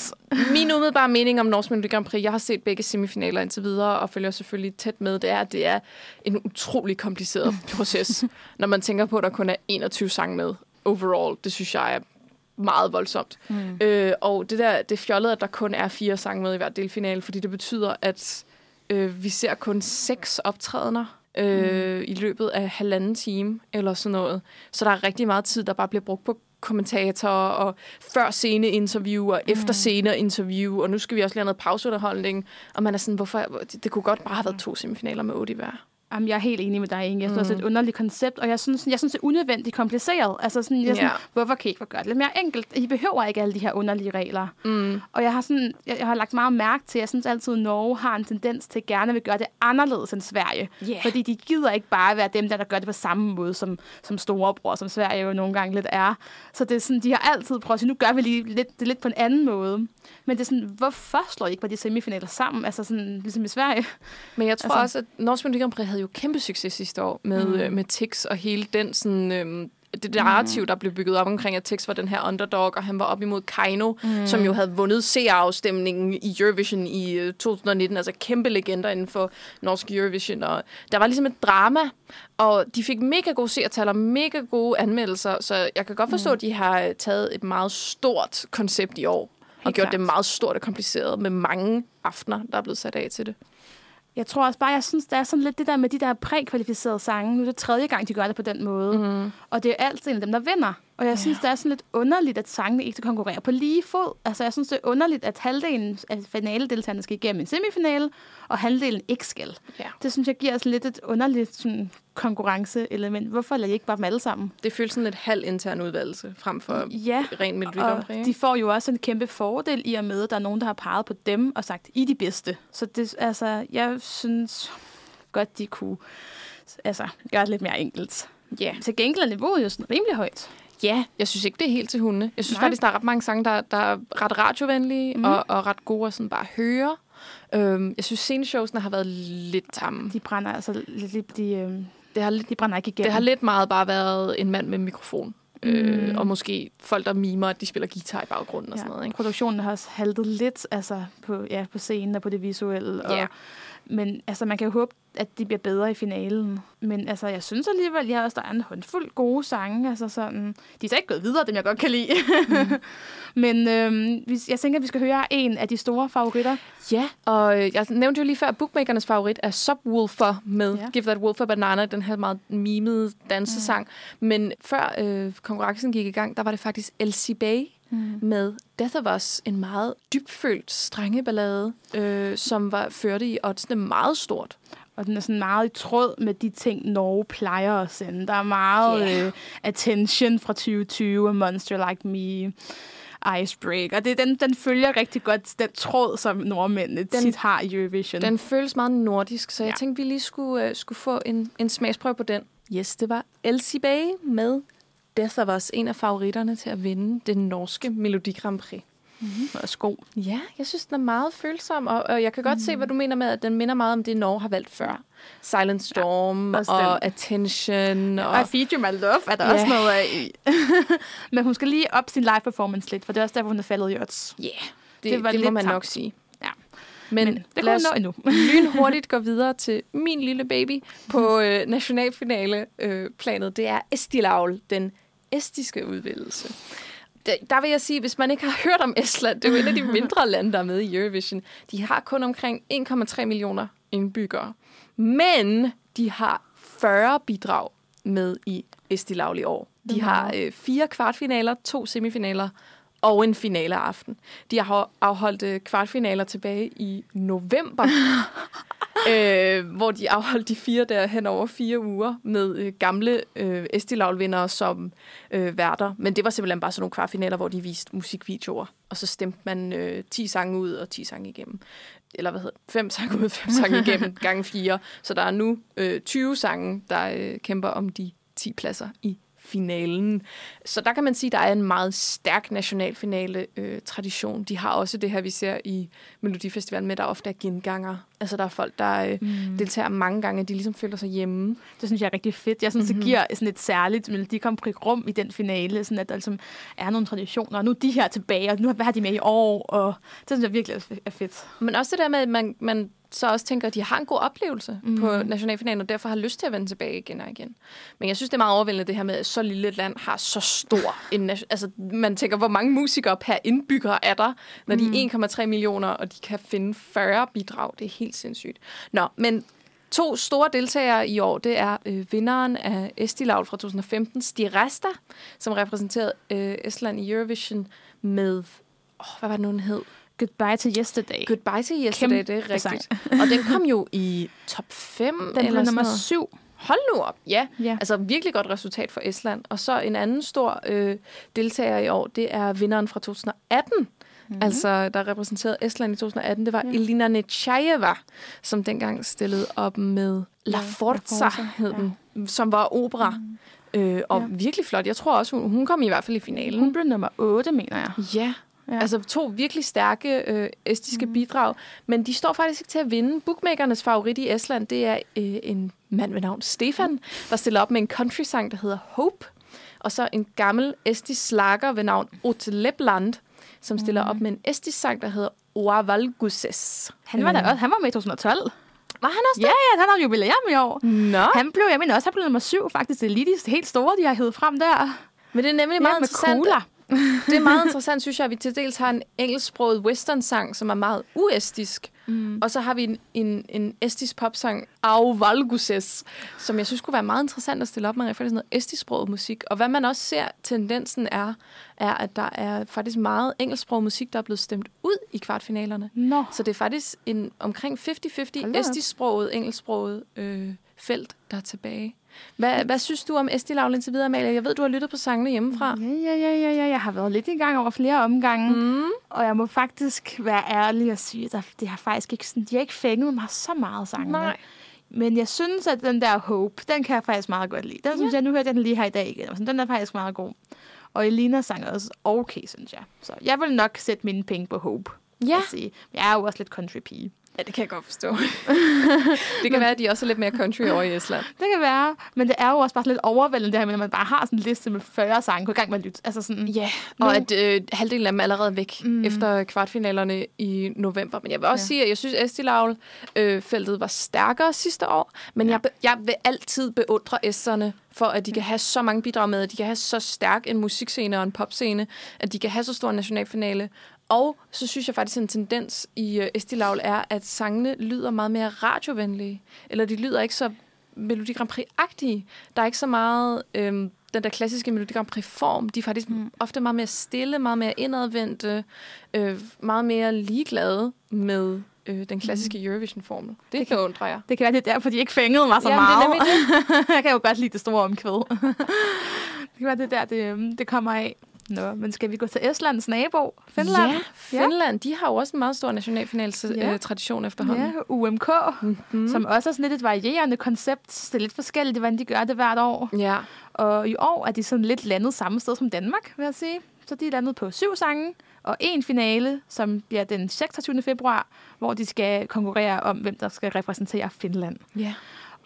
min umiddelbare mening om Norsk Melodi Grand Prix, jeg har set begge semifinaler indtil videre, og følger selvfølgelig tæt med, det er, at det er en utrolig kompliceret proces, når man tænker på, at der kun er enogtyve sange med overall. Det synes jeg er meget voldsomt. Mm. Øh, og det der, det fjollede, at der kun er fire sange med i hver delfinale, fordi det betyder, at øh, vi ser kun seks optrædener øh, mm. i løbet af halvanden time, eller sådan noget. Så der er rigtig meget tid, der bare bliver brugt på kommentatorer og før scene interview og mm. efter scene interview, og nu skal vi også lave noget pauseunderholdning, og man er sådan, hvorfor, det, det kunne godt bare have været to semifinaler med otte i hver. Jamen, jeg er helt enig med dig, Inge. Jeg synes, mm. det er et underligt koncept, og jeg synes, jeg synes det er unødvendigt kompliceret. Altså, sådan, jeg er sådan, yeah. hvorfor kan I ikke gøre det lidt mere enkelt? I behøver ikke alle de her underlige regler. Mm. Og jeg har, sådan, jeg, jeg har lagt meget mærke til, jeg synes altid, at Norge har en tendens til at gerne vil gøre det anderledes end Sverige. Yeah. Fordi de gider ikke bare være dem, der, der gør det på samme måde, som, som storebror, som Sverige jo nogle gange lidt er. Så det er sådan, de har altid prøvet at sige, nu gør vi lige lidt, det lidt på en anden måde. Men det er sådan, hvorfor slår I ikke bare de semifinaler sammen? Altså sådan, ligesom i Sverige. Men jeg tror altså, også, at Norsk Melodi Grand Prix havde jo kæmpe succes sidste år med, mm. øh, med Tix og hele den sådan, øh, det narrativ, der blev bygget op omkring, at Tix var den her underdog, og han var op imod Kaino, mm. som jo havde vundet seerafstemningen i Eurovision i to tusind nitten, altså kæmpe legender inden for norsk Eurovision, og der var ligesom et drama, og de fik mega gode seertal og mega gode anmeldelser, så jeg kan godt forstå, mm. at de har taget et meget stort koncept i år, Helt og gjort klart. det meget stort og kompliceret, med mange aftener, der er blevet sat af til det. Jeg tror også bare, jeg synes, der er sådan lidt det der med de der prækvalificerede sange. Nu er det tredje gang, de gør det på den måde. Mm. Og det er altid en af dem, der vinder. Og jeg ja. synes, det er sådan lidt underligt, at sangene ikke konkurrerer på lige fod. Altså, jeg synes, det er underligt, at halvdelen af finaledeltagerne skal igennem en semifinale, og halvdelen ikke skal. Ja. Det synes jeg giver os lidt et underligt sådan, konkurrenceelement. Hvorfor lader I ikke bare dem alle sammen? Det føles sådan et halv intern udvalgelse, frem for ja, ren Melodi Grand Prix. De får jo også en kæmpe fordel i og med, at der er nogen, der har peget på dem og sagt, I er de bedste. Så det, altså, jeg synes godt, de kunne altså, gøre det lidt mere enkelt. Ja. Til gengæld er niveauet jo sådan rimelig højt. Ja, jeg synes ikke, det er helt til hunde. Jeg synes Nej. faktisk, der er ret mange sange, der, der er ret radiovenlige mm. og, og ret gode at sådan bare høre. Øhm, jeg synes, sceneshowsene har været lidt tamme. De brænder altså lidt... De, øhm, det har lidt, de brænder ikke igennem. Det har lidt meget bare været en mand med mikrofon. Mm. Øh, og måske folk, der mimer, at de spiller guitar i baggrunden ja. og sådan noget. Ikke? Produktionen har også haltet lidt altså, på, ja, på scenen og på det visuelle. Og, yeah. Men altså, man kan jo håbe, at de bliver bedre i finalen. Men altså, jeg synes alligevel, jeg også, der er en håndfuld gode sange. Altså, sådan, de er så ikke gået videre, dem jeg godt kan lide. Mm. Men øhm, jeg tænker, at vi skal høre en af de store favoritter. Ja, og jeg nævnte jo lige før, at bookmakernes favorit er Subwoofer med yeah. Give That Wolf a Banana, den her meget mimede dansesang. Mm. Men før øh, konkurrencen gik i gang, der var det faktisk Elsie Bay mm. med Death of Us, en meget dybfølt strengeballade, øh, som var førte i oddsene meget stort. Og den er sådan meget i tråd med de ting, Norge plejer at sende. Der er meget yeah. øh, attention fra tyve tyve og Monster Like Me, Icebreaker. Det, den, den følger rigtig godt den tråd, som nordmændene den, tit har i Eurovision. Den føles meget nordisk, så jeg ja. tænkte, vi lige skulle, uh, skulle få en, en smagsprøve på den. Yes, det var Elsie Bay med Death of Us, en af favoritterne til at vinde den norske Melodi Grand Prix. Mm-hmm. Også god. Ja, jeg synes, den er meget følsom, og, og jeg kan godt mm. se, hvad du mener med, at den minder meget om det, Norge har valgt før. Silent Storm ja, og den. Attention. Og, og Feed You My Love er der yeah. også noget af i. Men hun skal lige op sin live performance lidt, for det er også derfor, hun er faldet i odds. Ja, yeah, det, det, var det må man tamt. nok sige. Ja. Men, Men det kan hun nå endnu. lynhurtigt gå videre til min lille baby på øh, nationalfinale-planet. Øh, det er Estilaul, den estiske udvælgelse. Der vil jeg sige, hvis man ikke har hørt om Estland, det er jo en af de mindre lande, der er med i Eurovision. De har kun omkring en komma tre millioner indbyggere. Men de har fyrre bidrag med i Estilaul i år. De har øh, fire kvartfinaler, to semifinaler og en finaleaften. De har afholdt øh, kvartfinaler tilbage i november, øh, hvor de afholdt de fire der hen over fire uger med øh, gamle øh, Estilaul-vindere som øh, værter. Men det var simpelthen bare sådan nogle kvartfinaler, hvor de viste musikvideoer. Og så stemte man øh, ti sange ud og ti sange igennem. Eller hvad hedder fem sange ud, fem sange igennem, gange fire. Så der er nu øh, tyve sange, der øh, kæmper om de ti pladser i finalen. Så der kan man sige, at der er en meget stærk nationalfinale øh, tradition. De har også det her, vi ser i Melodifestivalen med, der ofte er genganger. Altså der er folk, der øh, mm. deltager mange gange, de ligesom føler sig hjemme. Det synes jeg er rigtig fedt. Jeg synes, mm-hmm. det giver sådan et særligt Melodi Grand Prix rum i den finale, sådan at der ligesom er nogle traditioner, og nu er de her tilbage, og nu har de med i år, og det synes jeg virkelig er fedt. Men også det der med, at man, man så også tænker, at de har en god oplevelse mm. på nationalfinalen, og derfor har lyst til at vende tilbage igen og igen. Men jeg synes, det er meget overvældende, det her med, at så lille et land har så stor en... Altså, man tænker, hvor mange musikere per indbygger er der, når de er en komma tre millioner, og de kan finde fyrre bidrag. Det er helt sindssygt. Nå, men to store deltagere i år, det er øh, vinderen af Estilaul fra to tusind og femten, Stig Resta, som repræsenterede øh, Estland i Eurovision med... Åh, hvad var det nu, den hed? Goodbye to Yesterday. Goodbye to Yesterday, Kæmpe det er rigtigt. Sang. Og den kom jo i top fem. Den eller nummer syv. Hold nu op, ja. ja. Altså virkelig godt resultat for Estland. Og så en anden stor øh, deltager i år, det er vinderen fra to tusind og atten. Mm-hmm. Altså, der repræsenterede Estland i to tusind og atten. Det var ja. Elina Nechayeva, som dengang stillede op med La Forza, ja, hed den, ja. som var opera. Mm. Øh, og ja. virkelig flot. Jeg tror også, hun, hun kom i hvert fald i finalen. Hun blev nummer otte, mener jeg. Ja. Ja. Altså to virkelig stærke øh, estiske mm. bidrag, men de står faktisk ikke til at vinde. Bookmakernes favorit i Estland, det er øh, en mand ved navn Stefan, der stiller op med en country-sang, der hedder Hope. og så en gammel estisk slager ved navn Otte Lepland, som stiller mm. op med en estisk sang, der hedder Oavalguses. Han var der også. Han var med i to tusind og tolv. Var han også der? Ja, ja, han har jubilæum i år. Nå. Han blev, jeg mener også, han blev nummer syv, faktisk. Det er lige de helt store, de har hævet frem der. Men det er nemlig ja, meget interessant. Cola. Det er meget interessant, synes jeg, at vi til dels har en engelsksproget western-sang, som er meget uestisk. Mm. Og så har vi en, en, en estisk popsang, Auvalguses, som jeg synes kunne være meget interessant at stille op med, for det er sådan noget estisksproget musik. Og hvad man også ser, tendensen er, er, at der er faktisk meget engelsksproget musik, der er blevet stemt ud i kvartfinalerne. No. Så det er faktisk en omkring halvtreds halvtreds estisksproget, engelsksproget øh, felt, der er tilbage. Hvad, hvad synes du om Estilaul indtil videre, Amalie? Jeg ved, du har lyttet på sangene hjemmefra. Ja, ja, ja, ja, ja. Jeg har været lidt i gang over flere omgange. Mm. Og jeg må faktisk være ærlig og sige, at det har faktisk ikke, de har ikke fænget mig så meget sangene. Nej. Men jeg synes, at den der Hope, den kan jeg faktisk meget godt lide. Den ja. synes jeg, nu hørte jeg den lige her i dag igen. Den er faktisk meget god. Og Elina sang også okay, synes jeg. Så jeg vil nok sætte mine penge på Hope. Ja. Men jeg er jo også lidt country-pige. Ja, det kan jeg godt forstå. Det kan være, at de også er lidt mere country over i Estland. Det kan være, men det er jo også bare lidt overvældende det her, når man bare har sådan en liste med fyrre sange, gå i gang med at lytte. Altså sådan, ja, nu. Og at øh, halvdelen af dem er allerede væk mm. efter kvartfinalerne i november. Men jeg vil også ja. sige, at jeg synes, at Estilaul-feltet øh, var stærkere sidste år. Men ja. jeg, jeg vil altid beundre esterne for, at de kan have så mange bidrag med, at de kan have så stærk en musikscene og en popscene, at de kan have så stor en nationalfinale. Og så synes jeg faktisk, at en tendens i uh, Estilaul er, at sangene lyder meget mere radiovenlige. Eller de lyder ikke så Melodi Grand Prix-agtige. Der er ikke så meget øhm, den der klassiske Melodi Grand Prix-form. De er faktisk mm. ofte meget mere stille, meget mere indadvendte, øh, meget mere ligeglade med øh, den klassiske mm. Eurovision-formel. Det, det kan undre jeg. Det kan være, det er derfor, de ikke fængede mig så Jamen, meget. Det jeg kan jo godt lide det store omkvæd. Det kan være, det der, det, det kommer af. Nå, men skal vi gå til Estlands nabo, Finland? Ja, Finland. De har jo også en meget stor nationalfinals-tradition ja. efterhånden. Ja, U M K, mm-hmm. som også er sådan lidt et varierende koncept. Det er lidt forskelligt, hvordan de gør det hvert år. Ja. Og i år er de sådan lidt landet samme sted som Danmark, vil jeg sige. Så de er landet på syv sange og en finale, som bliver den seksogtyvende februar, hvor de skal konkurrere om, hvem der skal repræsentere Finland. Ja.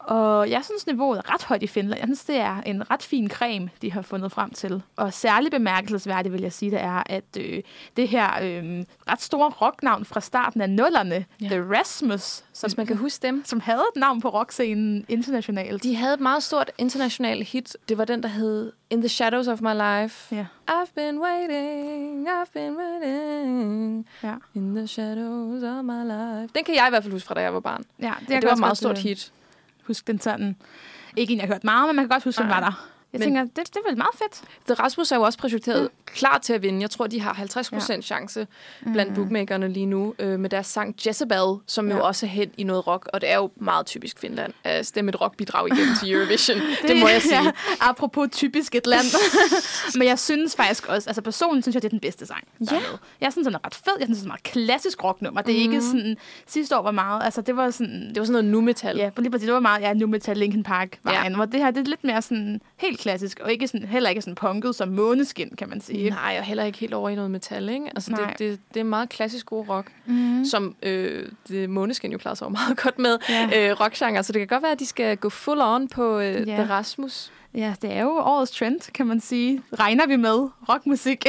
Og jeg synes, niveauet er ret højt i Finland. Jeg synes, det er en ret fin creme, de har fundet frem til. Og særligt bemærkelsesværdigt, vil jeg sige, det er, at øh, det her øh, ret store rocknavn fra starten af nullerne, ja. The Rasmus, som, hvis man kan huske dem, som havde et navn på rockscenen internationalt. De havde et meget stort internationalt hit. Det var den, der hed In the Shadows of My Life. Ja. I've been waiting, I've been waiting, ja. In the shadows of my life. Den kan jeg i hvert fald huske fra, da jeg var barn. Ja, det, det var et meget stort hit. Husk den sådan. Ikke en, jeg har hørt meget, men man kan godt huske, den var der. Jeg men tænker, det, det er vel meget fedt. The Rasmus er jo også projekteret mm. klar til at vinde. Jeg tror, de har halvtreds procent ja. chance blandt mm. bookmakerne lige nu øh, med deres sang Jezebel, som ja. jo også er hen i noget rock. Og det er jo meget typisk Finland at stemme et rockbidrag igennem til Eurovision. det, det må jeg sige. Ja. Apropos typisk et land. Men jeg synes faktisk også, altså personligt synes jeg, det er den bedste sang. Ja. Jeg synes, den er ret fed. Jeg synes, det er et meget klassisk rocknummer. Det er mm. ikke sådan, sidste år var meget, altså det var sådan... Det var sådan noget nu-metal. Ja, lige præcis, det var meget, ja, nu-metal, Linkin Park vejen. Ja. Hvor det her, det er lidt mere sådan helt klassisk, og ikke sådan, heller ikke sådan punket som Måneskin, kan man sige. Nej, og heller ikke helt over i noget metal, ikke? Altså, det, det, det er meget klassisk god rock, mm. som øh, det Måneskin jo klarer sig meget godt med ja. øh, rockgenre, så det kan godt være, at de skal gå full on på øh, ja. The Rasmus. Ja, det er jo årets trend, kan man sige. Regner vi med rockmusik.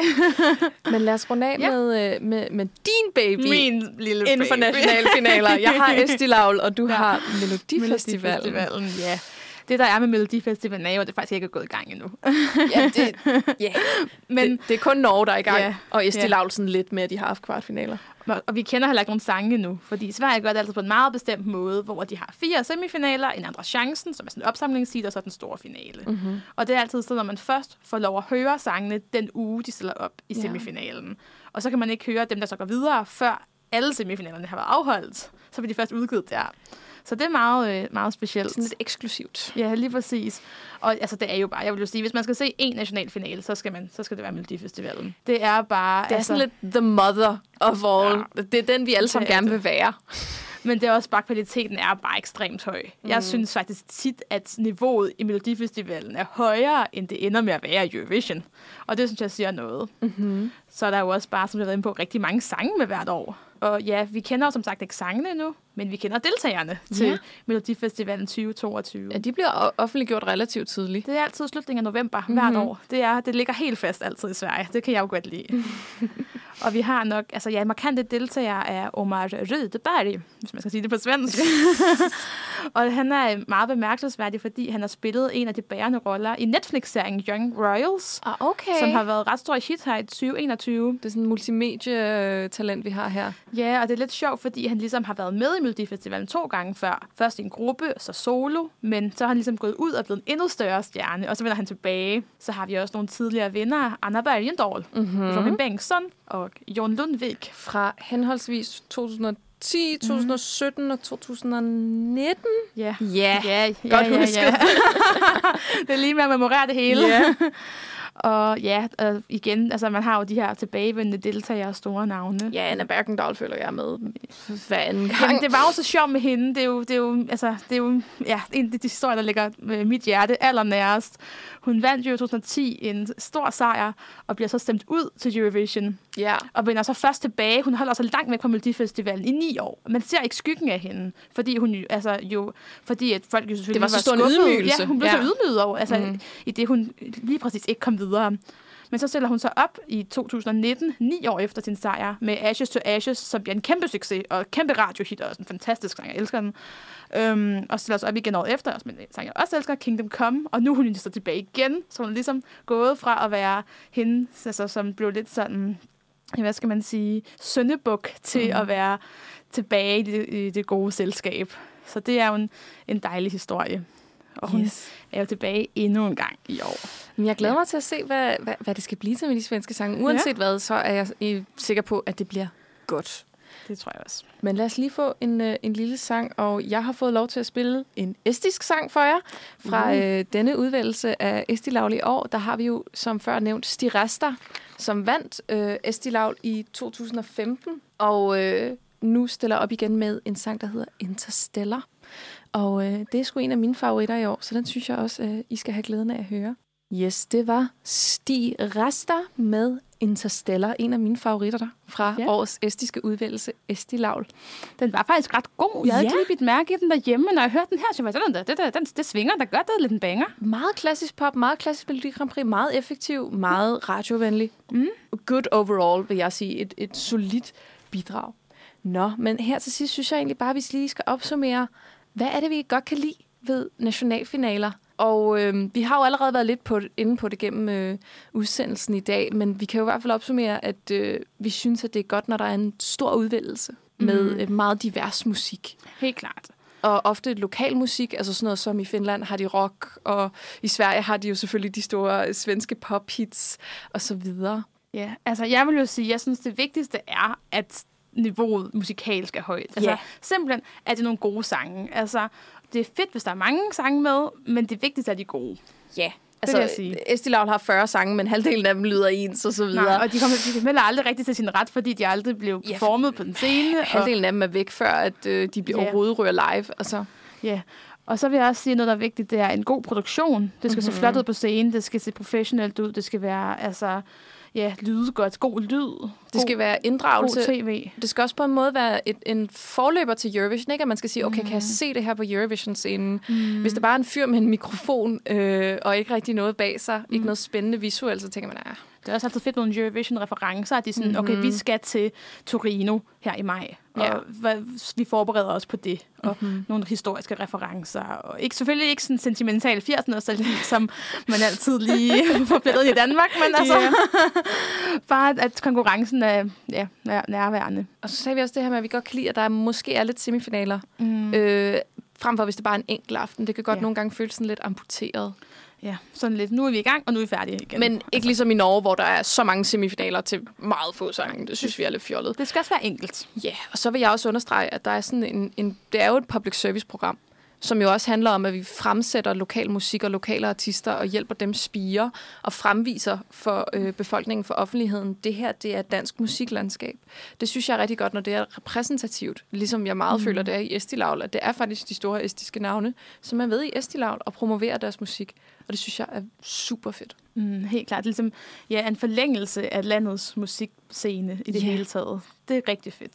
Men lad os runde af ja. med, med, med din baby. Min lille inden for nationalfinaler. Jeg har Estilaul, og du ja. har Melodifestivalen. Melodifestivalen, ja. Det, der er med Melodifestivalen, er jo, at det faktisk ikke er gået i gang endnu. ja, det, yeah. Men det, det er kun Norge, der er i gang, yeah. og Estilaul yeah. sådan lidt med, at de har haft kvartfinaler. Og vi kender heller ikke nogen sange endnu, fordi Sverige gør det altid på en meget bestemt måde, hvor de har fire semifinaler, en andre chancen, som er sådan en opsamlingsseed, og så den store finale. Mm-hmm. Og det er altid sådan, når man først får lov at høre sangene den uge, de stiller op i semifinalen. Yeah. Og så kan man ikke høre dem, der så går videre, før alle semifinalerne har været afholdt. Så bliver de først udgivet der. Så det er meget, øh, meget specielt. Sådan lidt eksklusivt. Ja, lige præcis. Og altså, det er jo bare, jeg vil jo sige, hvis man skal se en nationalfinale, så skal, man, så skal det være Melodifestivalen. Det er bare... Det er altså, sådan lidt the mother of all. Ja, det er den, vi alle sammen gerne vil være. Men det er også bare, kvaliteten er bare ekstremt høj. Mm. Jeg synes faktisk tit, at niveauet i Melodifestivalen er højere, end det ender med at være i Eurovision. Og det synes jeg siger noget. Mm-hmm. Så er der jo også bare, som jeg har været inde på, rigtig mange sange med hvert år. Og ja, vi kender jo som sagt ikke sangene endnu, men vi kender deltagerne til Ja. Melodifestivalen tyve toogtyve. Ja, de bliver offentliggjort relativt tidligt. Det er altid slutningen af november mm-hmm. hvert år. Det, er, det ligger helt fast altid i Sverige. Det kan jeg jo godt lide. Og vi har nok, altså ja, markante deltagere er Omar Rydberg, hvis man skal sige det på svensk. Og han er meget bemærkelsesværdig, fordi han har spillet en af de bærende roller i Netflix-serien Young Royals, ah, okay. som har været ret stor i hit her i tyve enogtyve. Det er sådan en multimedie-talent, vi har her. Ja, og det er lidt sjovt, fordi han ligesom har været med i Melodifestivalen to gange før. Først i en gruppe, så solo, men så har han ligesom gået ud og blevet en endnu større stjerne, og så vender han tilbage. Så har vi også nogle tidligere vindere, Anna Bergendahl, mm-hmm. Robin Bengtsson og Jon Lundvik. Fra henholdsvis to tusind og ti, to tusind og sytten og to tusind og nitten. Ja, ja. ja, ja, godt ja, husket. Ja. Det er lige med at memorere det hele. Ja. Og ja, og igen, altså man har jo de her tilbagevendende deltagere og store navne. Ja, Anna Bergendahl føler jeg med hver anden gang. Jamen, det var jo så sjovt med hende. Det er jo, det er jo, altså, det er jo ja, en af de historier, der ligger med mit hjerte allernærest. Hun vandt jo i to tusind og ti en stor sejr, og bliver så stemt ud til Eurovision. Ja. Og vender så først tilbage. Hun holder så langt væk fra Melodifestivalen i ni år. Man ser ikke skyggen af hende, fordi hun altså jo, fordi at folk jo selvfølgelig det var, var så stor en ydmygelse. Ja, hun blev ja. så ydmyget over, altså mm. i det hun lige præcis ikke kom videre. Men så stiller hun sig op i to tusind og nitten, ni år efter sin sejr, med Ashes to Ashes, som bliver en kæmpe succes, og et kæmpe radiohit, og en fantastisk sang, jeg elsker den. Øhm, og stiller sig op igen året efter, men sang jeg også elsker, Kingdom Come, og nu er hun så tilbage igen, så hun er ligesom gået fra at være hende, altså, som blev lidt sådan, hvad skal man sige, syndebuk, til mm. at være tilbage i det, i det gode selskab. Så det er jo en, en dejlig historie. Og hun yes. er jo tilbage endnu en gang i år. Men jeg glæder ja. mig til at se, hvad, hvad, hvad det skal blive til med de svenske sange. Uanset ja. hvad, så er jeg sikker på, at det bliver godt. Det tror jeg også. Men lad os lige få en, en lille sang, og jeg har fået lov til at spille en estisk sang for jer. Fra mm. øh, denne udvælgelse af Estilaul i år, der har vi jo, som før nævnt, Stirasta, som vandt øh, Estilaul i to tusind og femten. Og øh, nu stiller op igen med en sang, der hedder Interstellar. Og øh, det er sgu en af mine favoritter i år, så den synes jeg også, øh, I skal have glæden af at høre. Yes, det var Stirasta med Interstellar, en af mine favoritter der, fra ja. årets estiske udvælgelse, Estilaul. Den var faktisk ret god. Jeg havde ja. ikke lige bidt mærke i den derhjemme, når jeg hørte den her, så jeg var sådan, det, det, den, det svinger, der gør det lidt en banger. Meget klassisk pop, meget klassisk Melodi Grand Prix, meget effektiv, meget radiovenlig. Mm. Good overall, vil jeg sige. Et, et solidt bidrag. Nå, men her til sidst synes jeg egentlig bare, at vi lige skal opsummere, hvad er det, vi godt kan lide ved nationalfinaler? Og øh, vi har jo allerede været lidt på, inde på det gennem øh, udsendelsen i dag, men vi kan jo i hvert fald opsummere, at øh, vi synes, at det er godt, når der er en stor udvælgelse mm. med øh, meget divers musik. Helt klart. Og ofte lokal musik, altså sådan noget som i Finland har de rock, og i Sverige har de jo selvfølgelig de store svenske pophits og så videre. Ja, altså jeg vil jo sige, jeg synes, det vigtigste er, at niveauet musikalsk er højt. Altså yeah. simpelthen er det nogle gode sange. Altså det er fedt, hvis der er mange sange med, men det vigtigste er de gode. Ja, yeah. altså Estilaul har fyrre sange, men halvdelen af dem lyder ens og så videre. Nej, og de kommer, de kommer aldrig rigtig til sin ret, fordi de aldrig blev yeah. formet på den scene. Halvdelen af dem er væk, før at, øh, de bliver yeah. overhovedet rører live. Altså. Ja, yeah. Og så vil jeg også sige, noget, der er vigtigt, det er en god produktion. Det skal mm-hmm. se flot ud på scenen, det skal se professionelt ud, det skal være altså ja, lyde godt, god lyd. Det skal god, være inddragelse. God tv. Det skal også på en måde være et, en forløber til Eurovision, ikke? At man skal sige, okay, mm. kan jeg se det her på Eurovision-scenen? Mm. Hvis det bare er en fyr med en mikrofon, øh, og ikke rigtig noget bag sig, mm. ikke noget spændende visuelt, så tænker man, ja. Det er også altid fedt med nogle Eurovision-referencer, at de er sådan, mm-hmm. okay, vi skal til Torino her i maj, og ja. hvad, vi forbereder os på det, og mm-hmm. nogle historiske referencer, og ikke, selvfølgelig ikke sådan sentimental firserne, som man altid lige får billedet i Danmark, men altså, yeah. bare at konkurrencen er ja, nærværende. Og så sagde vi også det her med, at vi godt kan lide, at der måske er lidt semifinaler, mm. øh, frem for hvis det bare er en enkelt aften. Det kan godt yeah. nogle gange føles sådan lidt amputeret. Ja, sådan lidt. Nu er vi i gang, og nu er vi færdige igen. Men ikke altså. Ligesom i Norge, hvor der er så mange semifinaler til meget få sange. Det synes vi er lidt fjollet. Det skal også være enkelt. Ja, og så vil jeg også understrege, at der er sådan en, en det er jo et public service program, som jo også handler om, at vi fremsætter lokal musik og lokale artister og hjælper dem spire og fremviser for øh, befolkningen, for offentligheden. Det her, det er et dansk musiklandskab. Det synes jeg er rigtig godt, når det er repræsentativt. Ligesom jeg meget mm. føler, det er i Estilaul, at det er faktisk de store estiske navne, som er ved i Estilaul og promoverer deres musik. Og det synes jeg er super fedt. Mm, helt klart. Det er ligesom ja, en forlængelse af landets musikscene i det yeah. hele taget. Det er rigtig fedt.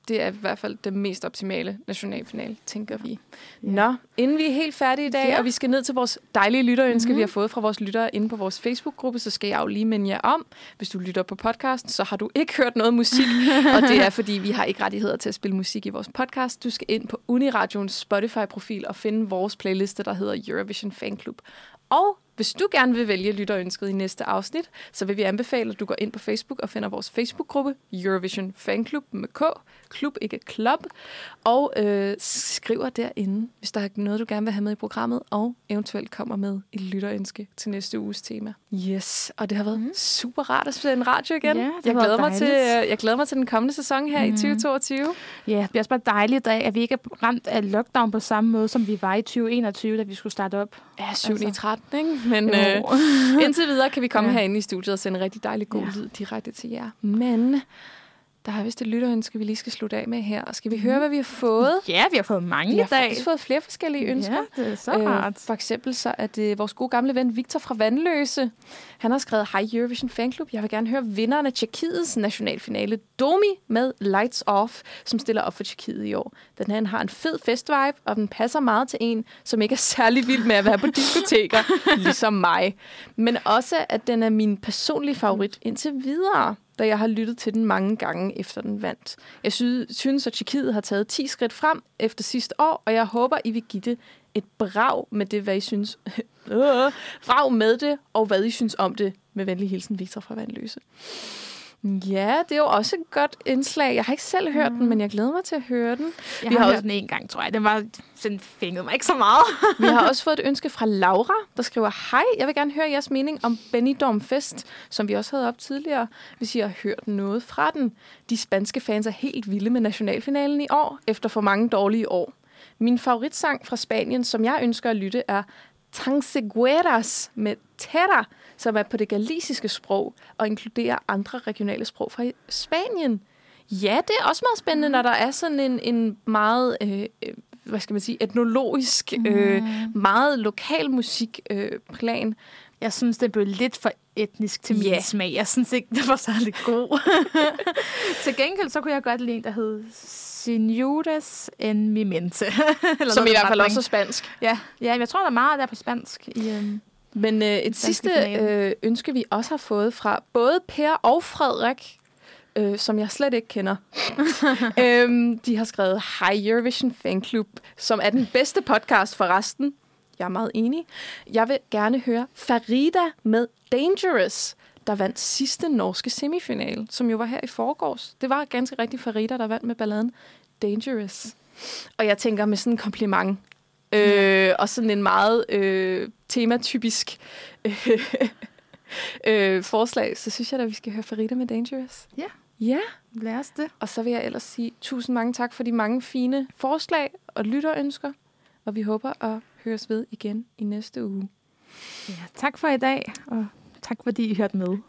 det er i hvert fald det mest optimale nationalfinale, tænker vi. Ja. Nå, inden vi er helt færdige i dag, ja. og vi skal ned til vores dejlige lytterønsker, mm-hmm. vi har fået fra vores lyttere inde på vores Facebook-gruppe, så skal jeg jo lige minde jer om, hvis du lytter på podcasten, så har du ikke hørt noget musik, og det er, fordi vi har ikke rettigheder til at spille musik i vores podcast. Du skal ind på Uniradioens Spotify-profil og finde vores playliste, der hedder Eurovision Fanclub. Og hvis du gerne vil vælge lytterønsket i næste afsnit, så vil vi anbefale, at du går ind på Facebook og finder vores Facebook-gruppe, Eurovision Fanclub med K, klub, ikke club, og øh, skriver derinde, hvis der er noget, du gerne vil have med i programmet, og eventuelt kommer med et lytterønske til næste uges tema. Yes, og det har været mm. super rart at spille en radio igen. Ja, jeg, glæder mig til, jeg glæder mig til den kommende sæson her mm. i tyve toogtyve. Ja, det bliver også bare dejligt, dag, at vi ikke er ramt af lockdown på samme måde, som vi var i tyve enogtyve, da vi skulle starte op. Ja, syv ni tretten, ikke? Men øh, indtil videre kan vi komme ja. herinde i studiet og sende rigtig dejlig god ja. lyd direkte til jer. Men der har vist et lytterønske, vi lige skal slutte af med her. Og skal vi høre, hvad vi har fået? Ja, vi har fået mange i dag. Vi har faktisk fået flere forskellige ønsker. Ja, det er så rart. Øh, for eksempel så er det vores gode gamle ven Victor fra Vandløse. Han har skrevet, hej Eurovision Fanclub. Jeg vil gerne høre vinderen af Tjekkiets nationalfinale, Domi med Lights Off, som stiller op for Tjekkiet i år. Den her har en fed festvibe, og den passer meget til en, som ikke er særlig vild med at være på diskoteker, ligesom mig. Men også, at den er min personlige favorit indtil videre, da jeg har lyttet til den mange gange efter den vandt. Jeg synes, synes at Tjekkiet har taget ti skridt frem efter sidste år, og jeg håber, I vil give det et brag med det, hvad I synes. brag med det, og hvad I synes om det. Med venlig hilsen, Victor fra Vandløse. Ja, det er jo også et godt indslag. Jeg har ikke selv hørt mm. den, men jeg glæder mig til at høre den. Jeg vi har, har hørt den en gang, tror jeg. Den var sådan fængede mig ikke så meget. Vi har også fået et ønske fra Laura, der skriver, hej, jeg vil gerne høre jeres mening om Benidorm Fest, som vi også havde op tidligere, hvis I har hørt noget fra den. De spanske fans er helt vilde med nationalfinalen i år, efter for mange dårlige år. Min favoritsang fra Spanien, som jeg ønsker at lytte, er Tansegueras med Terra, som er på det galiciske sprog og inkluderer andre regionale sprog fra Spanien. Ja, det er også meget spændende, når der er sådan en, en meget, øh, hvad skal man sige, etnologisk, øh, meget lokal musikplan. Øh, jeg synes, det blev lidt for etnisk til min yeah. smag. Jeg synes ikke, det var særlig god. Til gengæld, så kunne jeg godt lide en, der hed Señores en mi mente. Som i hvert fald også er spansk. Ja, ja, jeg tror, der er meget der på spansk. I, um, Men øh, et sidste øh, ønske, vi også har fået fra både Per og Frederik, øh, som jeg slet ikke kender. øhm, de har skrevet, hej Eurovision Fanclub, som er den bedste podcast for resten. Jeg er meget enig. Jeg vil gerne høre Farida med Dangerous, der vandt sidste norske semifinale, som jo var her i forgårs. Det var ganske rigtig Farida, der vandt med balladen Dangerous. Og jeg tænker med sådan en kompliment, øh, og sådan en meget øh, tematypisk øh, øh, forslag, så synes jeg da, vi skal høre Farida med Dangerous. Ja, ja. Lad os det. Og så vil jeg ellers sige tusind mange tak for de mange fine forslag og lytterønsker, og vi håber at høres ved igen i næste uge. Ja, tak for i dag, og tak fordi I hørte med.